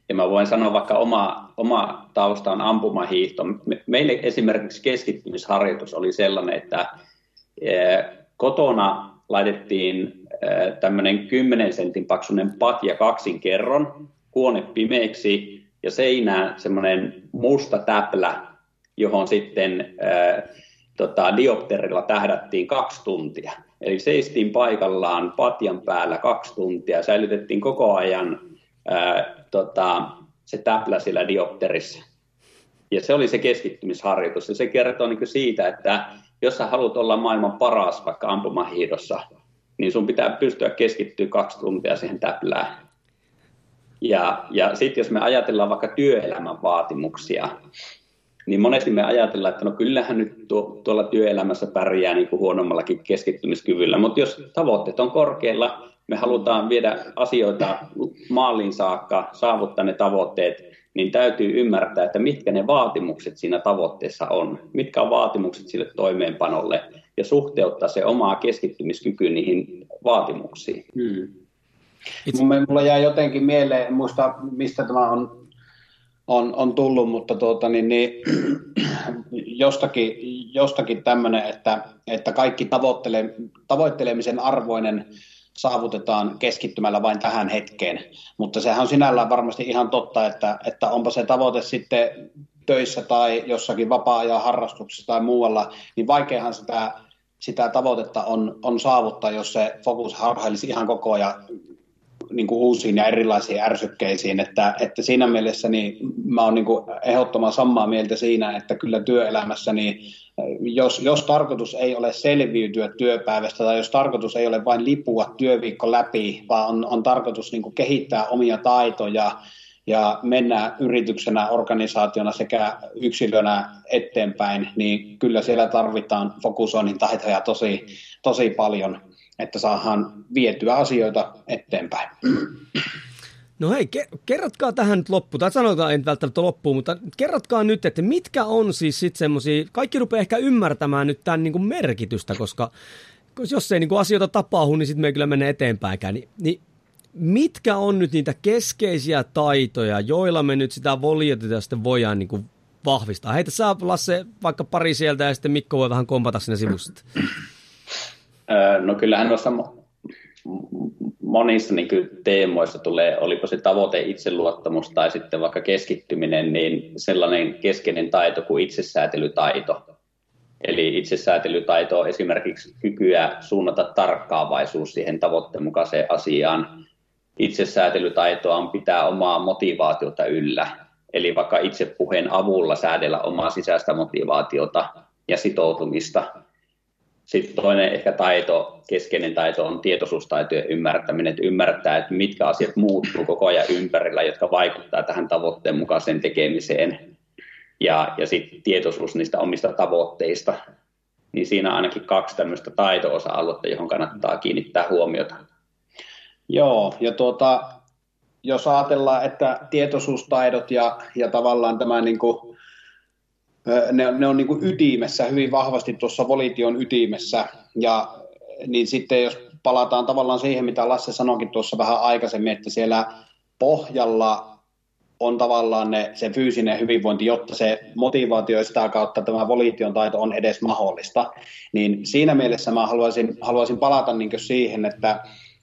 Ja mä voin sanoa, vaikka oma tausta on ampumahiihto. Meille esimerkiksi keskittymisharjoitus oli sellainen, että kotona laitettiin tämmöinen 10 sentin paksuinen patja kaksin kerron, huone pimeäksi ja seinään semmoinen musta täplä, johon sitten diopterilla tähdättiin 2 tuntia. Eli seistiin paikallaan patjan päällä 2 tuntia, säilytettiin koko ajan se täplä siellä diopterissa. Ja se oli se keskittymisharjoitus. Ja se kertoo niin kuin siitä, että jos sä haluat olla maailman paras vaikka ampumahiidossa, niin sun pitää pystyä keskittyä 2 tuntia siihen täplään. Ja sitten jos me ajatellaan vaikka työelämän vaatimuksia, niin monesti me ajatellaan, että no kyllähän nyt tuolla työelämässä pärjää niin kuin huonommallakin keskittymiskyvyllä, mutta jos tavoitteet on korkealla, me halutaan viedä asioita maaliin saakka, saavuttaa ne tavoitteet, niin täytyy ymmärtää, että mitkä ne vaatimukset siinä tavoitteessa on, mitkä on vaatimukset sille toimeenpanolle ja suhteuttaa se omaa keskittymiskyky niihin vaatimuksiin. Mulla jää jotenkin mieleen, en muista mistä tämä on tullut, mutta jostakin tämmöinen, että kaikki tavoittelemisen arvoinen saavutetaan keskittymällä vain tähän hetkeen, mutta sehän on sinällään varmasti ihan totta, että onpa se tavoite sitten töissä tai jossakin vapaa-ajan harrastuksessa tai muualla, niin vaikeahan sitä tavoitetta on saavuttaa, jos se fokus harhailisi ihan koko ajan niin kuin uusiin ja erilaisiin ärsykkeisiin, että siinä mielessä niin mä oon niin kuin ehdottoman samaa mieltä siinä, että kyllä työelämässä niin jos tarkoitus ei ole selviytyä työpäivästä tai jos tarkoitus ei ole vain lipua työviikko läpi, vaan on tarkoitus niin kuin kehittää omia taitoja ja mennä yrityksenä, organisaationa sekä yksilönä eteenpäin, niin kyllä siellä tarvitaan fokusoinnin taitoja tosi paljon, että saadaan vietyä asioita eteenpäin. No hei, kerrotkaa tähän nyt loppuun, tai sanotaan ei välttämättä loppuun, mutta kerrotkaa nyt, että mitkä on siis sitten semmoisia, kaikki rupeaa ehkä ymmärtämään nyt tämän niin kuin merkitystä, koska jos ei niin kuin asioita tapahdu, niin sitten me ei kyllä mene eteenpäinkään, niin mitkä on nyt niitä keskeisiä taitoja, joilla me nyt sitä voliota sitten voidaan niin kuin vahvistaa? Heitä sä, Lasse, vaikka pari sieltä ja sitten Mikko voi vähän kompata sinne sivusta. No kyllähän noissa monissa niin kuin teemoissa tulee, olipa se tavoite itseluottamus tai sitten vaikka keskittyminen, niin sellainen keskeinen taito kuin itsesäätelytaito. Eli itsesäätelytaito on esimerkiksi kykyä suunnata tarkkaavaisuus siihen tavoitteen mukaiseen asiaan. Itsesäätelytaitoa on pitää omaa motivaatiota yllä, eli vaikka itsepuheen avulla säädellä omaa sisäistä motivaatiota ja sitoutumista. Sitten toinen ehkä keskeinen taito on tietoisuustaitojen ymmärtäminen, että ymmärtää, että mitkä asiat muuttuu koko ajan ympärillä, jotka vaikuttaa tähän tavoitteen mukaiseen tekemiseen. Ja sitten tietoisuus niistä omista tavoitteista. Niin siinä on ainakin 2 tämmöistä taito-osa-aluetta, johon kannattaa kiinnittää huomiota. Joo, ja jos ajatellaan, että tietoisuustaidot ja tavallaan tämä niin kuin ne on niin kuin ytimessä, hyvin vahvasti tuossa volition ytimessä, ja niin sitten jos palataan tavallaan siihen, mitä Lasse sanoikin tuossa vähän aikaisemmin, että siellä pohjalla on tavallaan se fyysinen hyvinvointi, jotta se motivaatio ja sitä kautta tämä volition taito on edes mahdollista, niin siinä mielessä mä haluaisin palata niin kuin siihen, että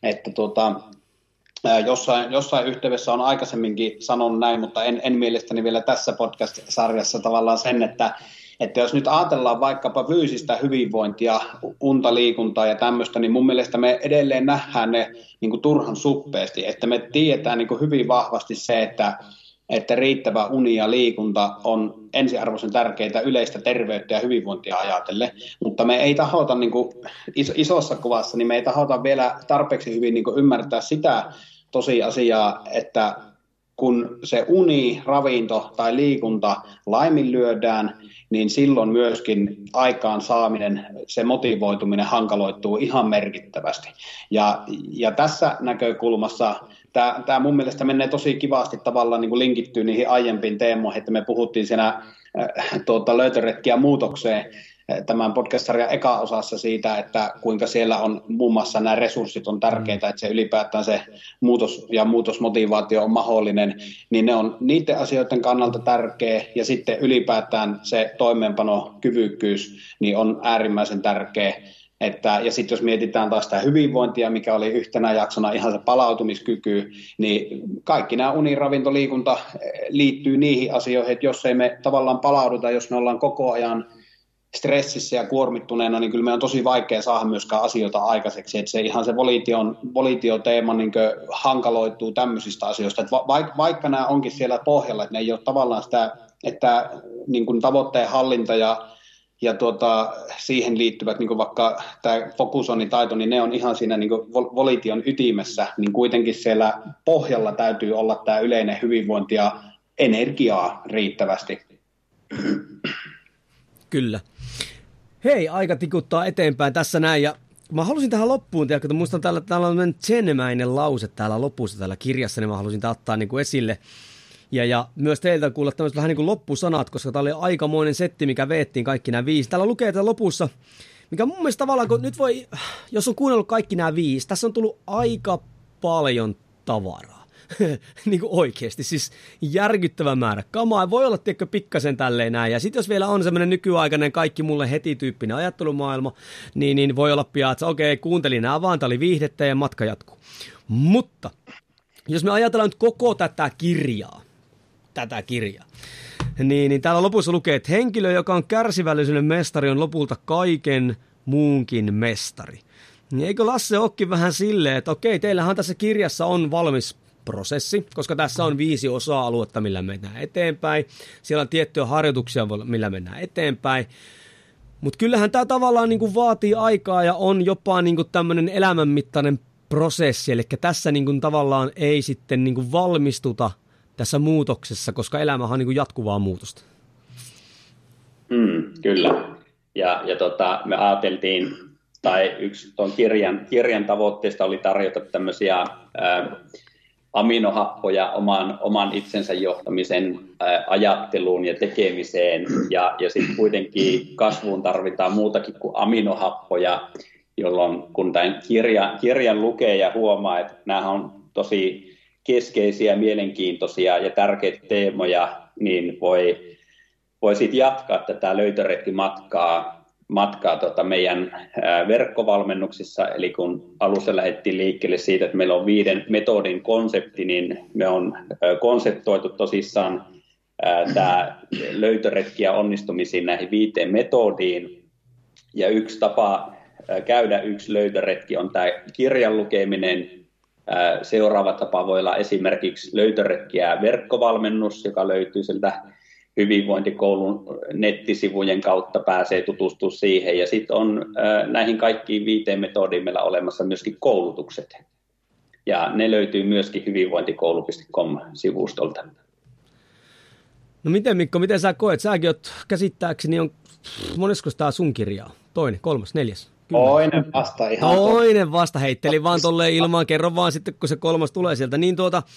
jossain yhteydessä on aikaisemminkin sanonut näin, mutta en mielestäni vielä tässä podcast-sarjassa tavallaan sen, että jos nyt ajatellaan vaikkapa fyysistä hyvinvointia, unta, liikuntaa ja tämmöistä, niin mun mielestä me edelleen nähdään ne niin kuin turhan suppeasti, että me tiedetään niin kuin hyvin vahvasti se, että riittävä uni ja liikunta on ensiarvoisen tärkeitä yleistä terveyttä ja hyvinvointia ajatellen, mutta me ei tahota niin kuin isossa kuvassa, niin me ei tahota vielä tarpeeksi hyvin niin kuin ymmärtää sitä tosiasiaa, että kun se uni, ravinto tai liikunta laiminlyödään, niin silloin myöskin aikaan saaminen, se motivoituminen hankaloituu ihan merkittävästi. Ja tässä näkökulmassa tämä mun mielestä menee tosi kivasti tavallaan niin kuin linkittyy niihin aiempiin teemoihin, että me puhuttiin siinä löytöretkiä muutokseen tämän podcast-sarjan eka-osassa siitä, että kuinka siellä on muun muassa nämä resurssit on tärkeitä, että se ylipäätään se muutos ja muutosmotivaatio on mahdollinen, niin ne on niiden asioiden kannalta tärkeä, ja sitten ylipäätään se toimeenpanokyvykkyys niin on äärimmäisen tärkeä. Ja sitten jos mietitään taas sitä hyvinvointia, mikä oli yhtenä jaksona ihan se palautumiskyky, niin kaikki nämä uniravinto, liikunta liittyy niihin asioihin, että jos ei me tavallaan palauduta, jos me ollaan koko ajan stressissä ja kuormittuneena, niin kyllä me on tosi vaikea saada myöskään asioita aikaiseksi, että se ihan se volitioteema niin hankaloituu tämmöisistä asioista, että vaikka nämä onkin siellä pohjalla, että ne ei ole tavallaan sitä, että niin kuin tavoitteen hallinta ja siihen liittyvät niin kuin vaikka tämä fokusoinnitaito, niin ne on ihan siinä niin kuin volition ytimessä, niin kuitenkin siellä pohjalla täytyy olla tämä yleinen hyvinvointi ja energiaa riittävästi. Kyllä. Hei, aika tikuttaa eteenpäin tässä näin, ja mä halusin tähän loppuun, kun muistan täällä on zen-mäinen lause täällä lopussa täällä kirjassa, niin mä halusin ottaa niin kuin esille. Ja myös teiltä kuulla tämmöiset vähän niin kuin loppusanat, koska tää oli aikamoinen setti, mikä veettiin kaikki nämä 5. Täällä lukee täällä lopussa, mikä mun mielestä tavallaan, kun nyt voi, jos on kuunnellut kaikki nämä 5, tässä on tullut aika paljon tavaraa. Niin kuin oikeasti, siis järkyttävä määrä kamaa. Voi olla, tiedätkö, pikkasen tälleen näin. Ja sitten jos vielä on semmoinen nykyaikainen kaikki mulle heti tyyppinen ajattelumaailma, niin voi olla pian, että okei, kuuntelin nämä vaan, tää oli viihdettä ja matka jatkuu. Mutta jos me ajatellaan nyt koko tätä kirjaa, niin täällä lopussa lukee, että henkilö, joka on kärsivällisyyden mestari, on lopulta kaiken muunkin mestari. Niin eikö Lasse olekin vähän silleen, että okei, teillähän tässä kirjassa on valmis prosessi, koska tässä on 5 osa-aluetta, millä mennään eteenpäin. Siellä on tiettyjä harjoituksia, millä mennään eteenpäin. Mutta kyllähän tämä tavallaan niin kuin vaatii aikaa ja on jopa niin kuin tämmöinen elämänmittainen prosessi. Eli tässä niin kuin tavallaan ei sitten niin kuin valmistuta tässä muutoksessa, koska elämähän on niin kuin jatkuvaa muutosta. Kyllä. Ja me ajateltiin, tai yksi tuon kirjan tavoitteesta oli tarjota tämmöisiä aminohappoja oman itsensä johtamisen ajatteluun ja tekemiseen, ja sitten kuitenkin kasvuun tarvitaan muutakin kuin aminohappoja, jolloin kun tämän kirjan lukee ja huomaa, että nämä on tosi keskeisiä, mielenkiintoisia ja tärkeitä teemoja, niin voi sitten jatkaa tätä löytöretkimatkaa meidän verkkovalmennuksissa. Eli kun alussa lähdettiin liikkeelle siitä, että meillä on 5 metodin konsepti, niin me on konseptoitu tosissaan tämä löytöretki ja onnistumisiin näihin 5 metodiin. Ja yksi tapa käydä yksi löytöretki on tämä kirjan lukeminen. Seuraava tapa voi olla esimerkiksi löytöretki ja verkkovalmennus, joka löytyy sieltä hyvinvointikoulun nettisivujen kautta, pääsee tutustumaan siihen. Ja sitten on näihin kaikkiin 5 metodiin meillä olemassa myöskin koulutukset. Ja ne löytyy myöskin hyvinvointikoulu.com-sivustolta. No miten, Mikko, miten sä koet? Säkin oot käsittääkseni, monesko tämä sun kirjaa? 2., 3., 4? Toinen vasta, heittelin vaan tolleen ilmaan, kerro vaan sitten, kun se 3. tulee sieltä. Niin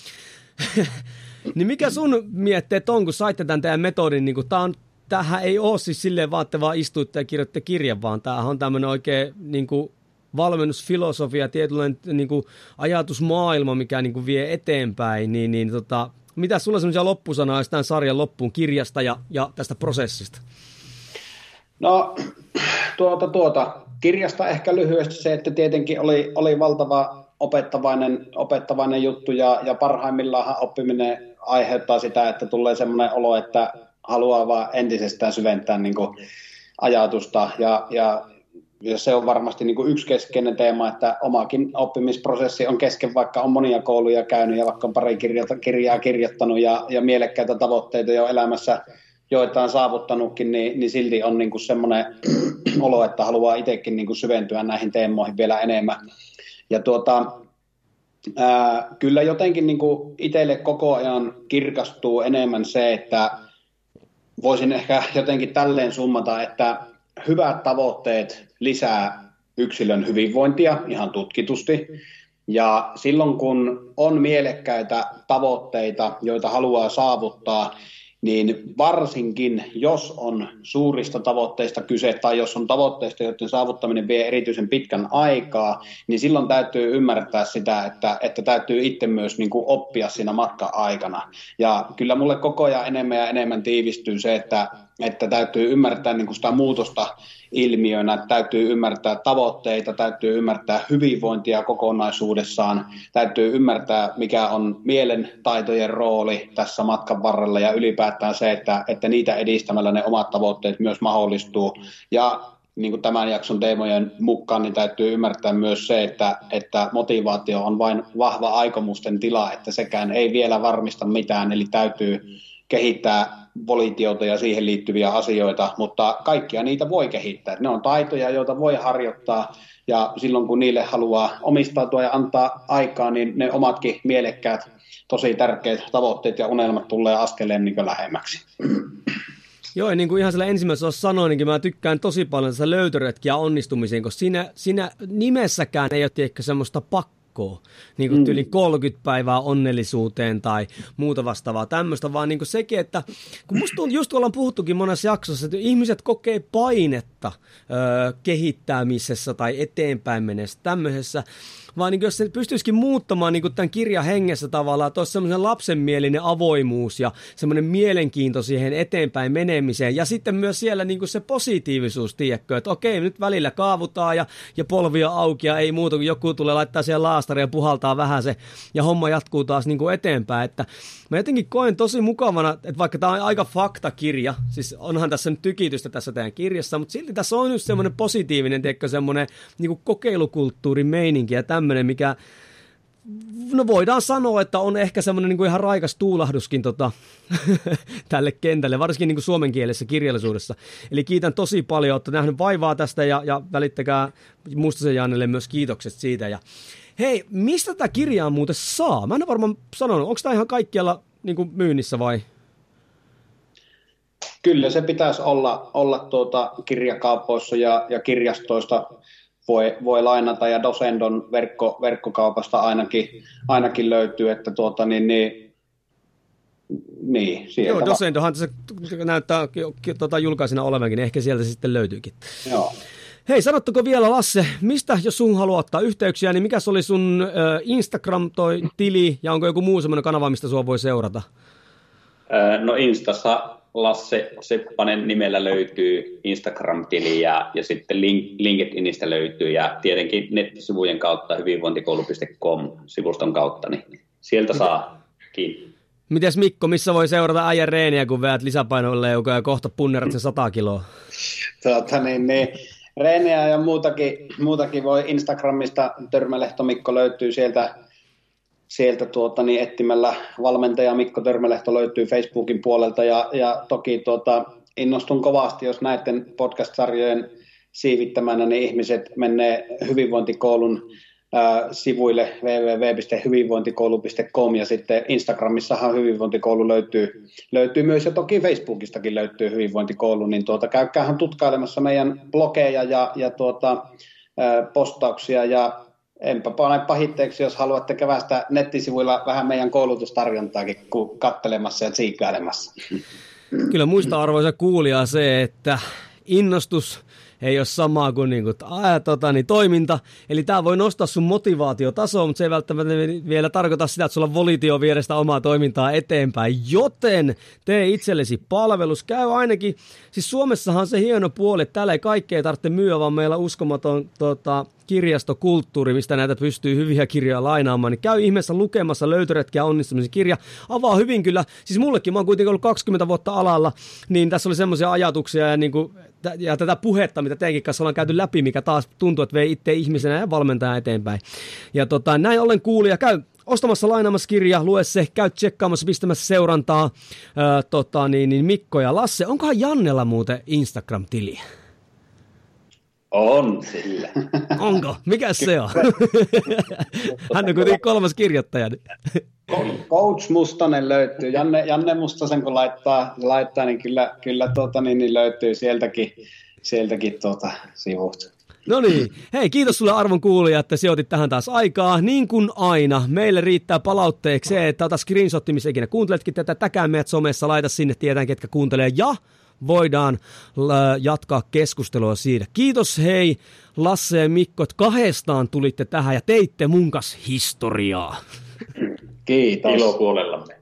niin mikä sun mietteet on, kun saitte tämän teidän metodin, niin tämähän ei ole siis silleen vaan, että vaan istuitte ja kirjoitte kirjan, vaan tämähän on tämmöinen oikein niin kuin valmennusfilosofia, tietynlainen niin kuin ajatusmaailma, mikä niin kuin vie eteenpäin, mitä sulla semmoisia loppusanoja tämän sarjan loppuun kirjasta ja tästä prosessista? No, kirjasta ehkä lyhyesti se, että tietenkin oli valtava opettavainen juttu ja parhaimmillaan oppiminen aiheuttaa sitä, että tulee semmoinen olo, että haluaa vaan entisestään syventää niin kuin ajatusta ja se on varmasti niin kuin yksi keskeinen teema, että omakin oppimisprosessi on kesken, vaikka on monia kouluja käynyt ja vaikka on pari kirjaa kirjoittanut ja mielekkäitä tavoitteita jo elämässä joita on saavuttanutkin, niin silti on niin kuin semmoinen olo, että haluaa itsekin niin kuin syventyä näihin teemoihin vielä enemmän. Ja kyllä jotenkin niin kuin itselle koko ajan kirkastuu enemmän se, että voisin ehkä jotenkin tälleen summata, että hyvät tavoitteet lisää yksilön hyvinvointia ihan tutkitusti. Ja silloin kun on mielekkäitä tavoitteita, joita haluaa saavuttaa, niin varsinkin jos on suurista tavoitteista kyse tai jos on tavoitteista, joiden saavuttaminen vie erityisen pitkän aikaa, niin silloin täytyy ymmärtää sitä, että täytyy itse myös niin kuin oppia siinä matkan aikana. Ja kyllä mulle koko ajan enemmän ja enemmän tiivistyy se, että täytyy ymmärtää niin kuin sitä muutosta ilmiönä, täytyy ymmärtää tavoitteita, täytyy ymmärtää hyvinvointia kokonaisuudessaan, täytyy ymmärtää, mikä on mielen taitojen rooli tässä matkan varrella ja ylipäätään se, että niitä edistämällä ne omat tavoitteet myös mahdollistuu. Ja niin kuin tämän jakson teemojen mukaan, niin täytyy ymmärtää myös se, että motivaatio on vain vahva aikomusten tila, että sekään ei vielä varmista mitään, eli täytyy kehittää volitiota ja siihen liittyviä asioita, mutta kaikkia niitä voi kehittää. Ne on taitoja, joita voi harjoittaa, ja silloin kun niille haluaa omistautua ja antaa aikaa, niin ne omatkin mielekkäät, tosi tärkeät tavoitteet ja unelmat tulee askeleen niin kuin lähemmäksi. Joo, ja niin kuin ihan sillä ensimmäisessä sanoin, niin mä tykkään tosi paljon tässä löytöretkiä onnistumiseen, koska siinä nimessäkään ei ole ehkä semmoista pakkoa, niin kuin yli 30 päivää onnellisuuteen tai muuta vastaavaa tämmöistä, vaan niin kuin sekin, että kun musta tuntuu, just kun ollaan puhuttukin monessa jaksossa, että ihmiset kokee painetta kehittämisessä tai eteenpäin mennessä tämmöisessä, vaan niin jos se pystyisikin muuttamaan niin tämän kirjan hengessä tavallaan, että olisi semmoinen lapsenmielinen avoimuus ja semmoinen mielenkiinto siihen eteenpäin menemiseen. Ja sitten myös siellä niin se positiivisuus, tiedätkö, että okei, nyt välillä kaavutaan ja polvia auki ja ei muuta, kun joku tulee laittaa siihen laastaria ja puhaltaa vähän se ja homma jatkuu taas niin eteenpäin. Että mä jotenkin koen tosi mukavana, että vaikka tämä on aika faktakirja, siis onhan tässä nyt tykitystä tässä teidän kirjassa, mutta silti tässä on just semmoinen positiivinen, tiedätkö, semmoinen niin kokeilukulttuurin meininki ja tämmöinen, mikä, no voidaan sanoa, että on ehkä semmoinen niin kuin ihan raikas tuulahduskin tälle kentälle, varsinkin niin kuin suomenkielisessä kirjallisuudessa. Eli kiitän tosi paljon, että nähnyt vaivaa tästä ja välittäkää Mustosen Jannelle myös kiitokset siitä. Ja hei, mistä tätä kirjaa muuten saa? Mä en ole varmaan sanonut, onko tämä ihan kaikkialla niin kuin myynnissä vai? Kyllä se pitäisi olla kirjakaupoissa ja kirjastoista voi lainata ja Dosendon verkkokaupasta ainakin löytyy, että niin sieltä. Joo, Dosendohan tässä näyttää julkaisena olevankin, ehkä sieltä sitten löytyykin. Joo. Hei, sanotteko vielä Lasse, mistä jos sun haluaa ottaa yhteyksiä, niin mikä oli sun Instagram-tili ja onko joku muu semmoinen kanava, mistä sua voi seurata? No Instassa Lasse Seppanen nimellä löytyy Instagram-tili ja sitten LinkedInistä löytyy ja tietenkin nettisivujen kautta hyvinvointikoulu.com-sivuston kautta, niin sieltä saa kiinni. Mites Mikko, missä voi seurata äijän reeniä, kun veät lisäpainoleukoja ja kohta punnerat sen 100 kiloa? Reeniä ja muutakin voi Instagramista, Törmälehto Mikko löytyy sieltä etsimällä valmentaja Mikko Törmälehto löytyy Facebookin puolelta ja toki innostun kovasti, jos näiden podcast-sarjojen siivittämänä niin ihmiset menee hyvinvointikoulun sivuille www.hyvinvointikoulu.com ja sitten Instagramissahan hyvinvointikoulu löytyy myös ja toki Facebookistakin löytyy hyvinvointikoulu, niin käykäähän tutkailemassa meidän blogeja ja postauksia ja enpä pane pahitteeksi, jos haluatte kävästä nettisivuilla vähän meidän koulutustarjontaakin kattelemassa ja tsiikkailemassa. Kyllä muista arvoisa kuulija se, että innostus ei ole samaa kuin, toiminta. Eli tämä voi nostaa sun motivaatiotasoa, mutta se ei välttämättä vielä tarkoita sitä, että sulla on volitio viedä sitä omaa toimintaa eteenpäin. Joten tee itsellesi palvelus. Käy ainakin, siis Suomessahan on se hieno puoli, että täällä ei kaikkea tarvitse myyä, vaan meillä on uskomaton kirjastokulttuuri, mistä näitä pystyy hyviä kirjoja lainaamaan, niin käy ihmeessä lukemassa Löytöretkiä onnistumisen kirja. Avaa hyvin kyllä, siis mullekin, mä oon kuitenkin ollut 20 vuotta alalla, niin tässä oli semmoisia ajatuksia ja tätä puhetta, mitä teidänkin kanssa ollaan käyty läpi, mikä taas tuntuu, että vei itse ihmisenä ja valmentaja eteenpäin. Ja näin ollen kuulija, käy ostamassa, lainaamassa kirja, lue se, käy tsekkaamassa, pistämässä seurantaa Mikko ja Lasse. Onkohan Jannella muuten Instagram-tili? On sillä. Onko? Mikäs se on? Hän on kuitenkin 3. kirjoittaja. Coach Mustonen löytyy. Janne Mustosen kun laittaa niin kyllä niin löytyy sieltäkin sivut. No niin. Hei, kiitos sulle arvon kuulija, että sijoitit tähän taas aikaa. Niin kuin aina, meille riittää palautteeksi se, että ota screenshotti, missä ikinä kuunteletkin tätä, täkää meidät somessa, laita sinne, tietään ketkä kuuntelee, ja voidaan jatkaa keskustelua siitä. Kiitos hei, Lasse ja Mikko, että kahdestaan tulitte tähän ja teitte mun kanssa historiaa. Kiitos. Ilopuolellamme.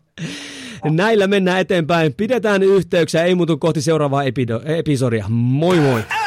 Näillä mennään eteenpäin. Pidetään yhteyksiä, ei muutu kohti seuraavaa episodia. Moi moi!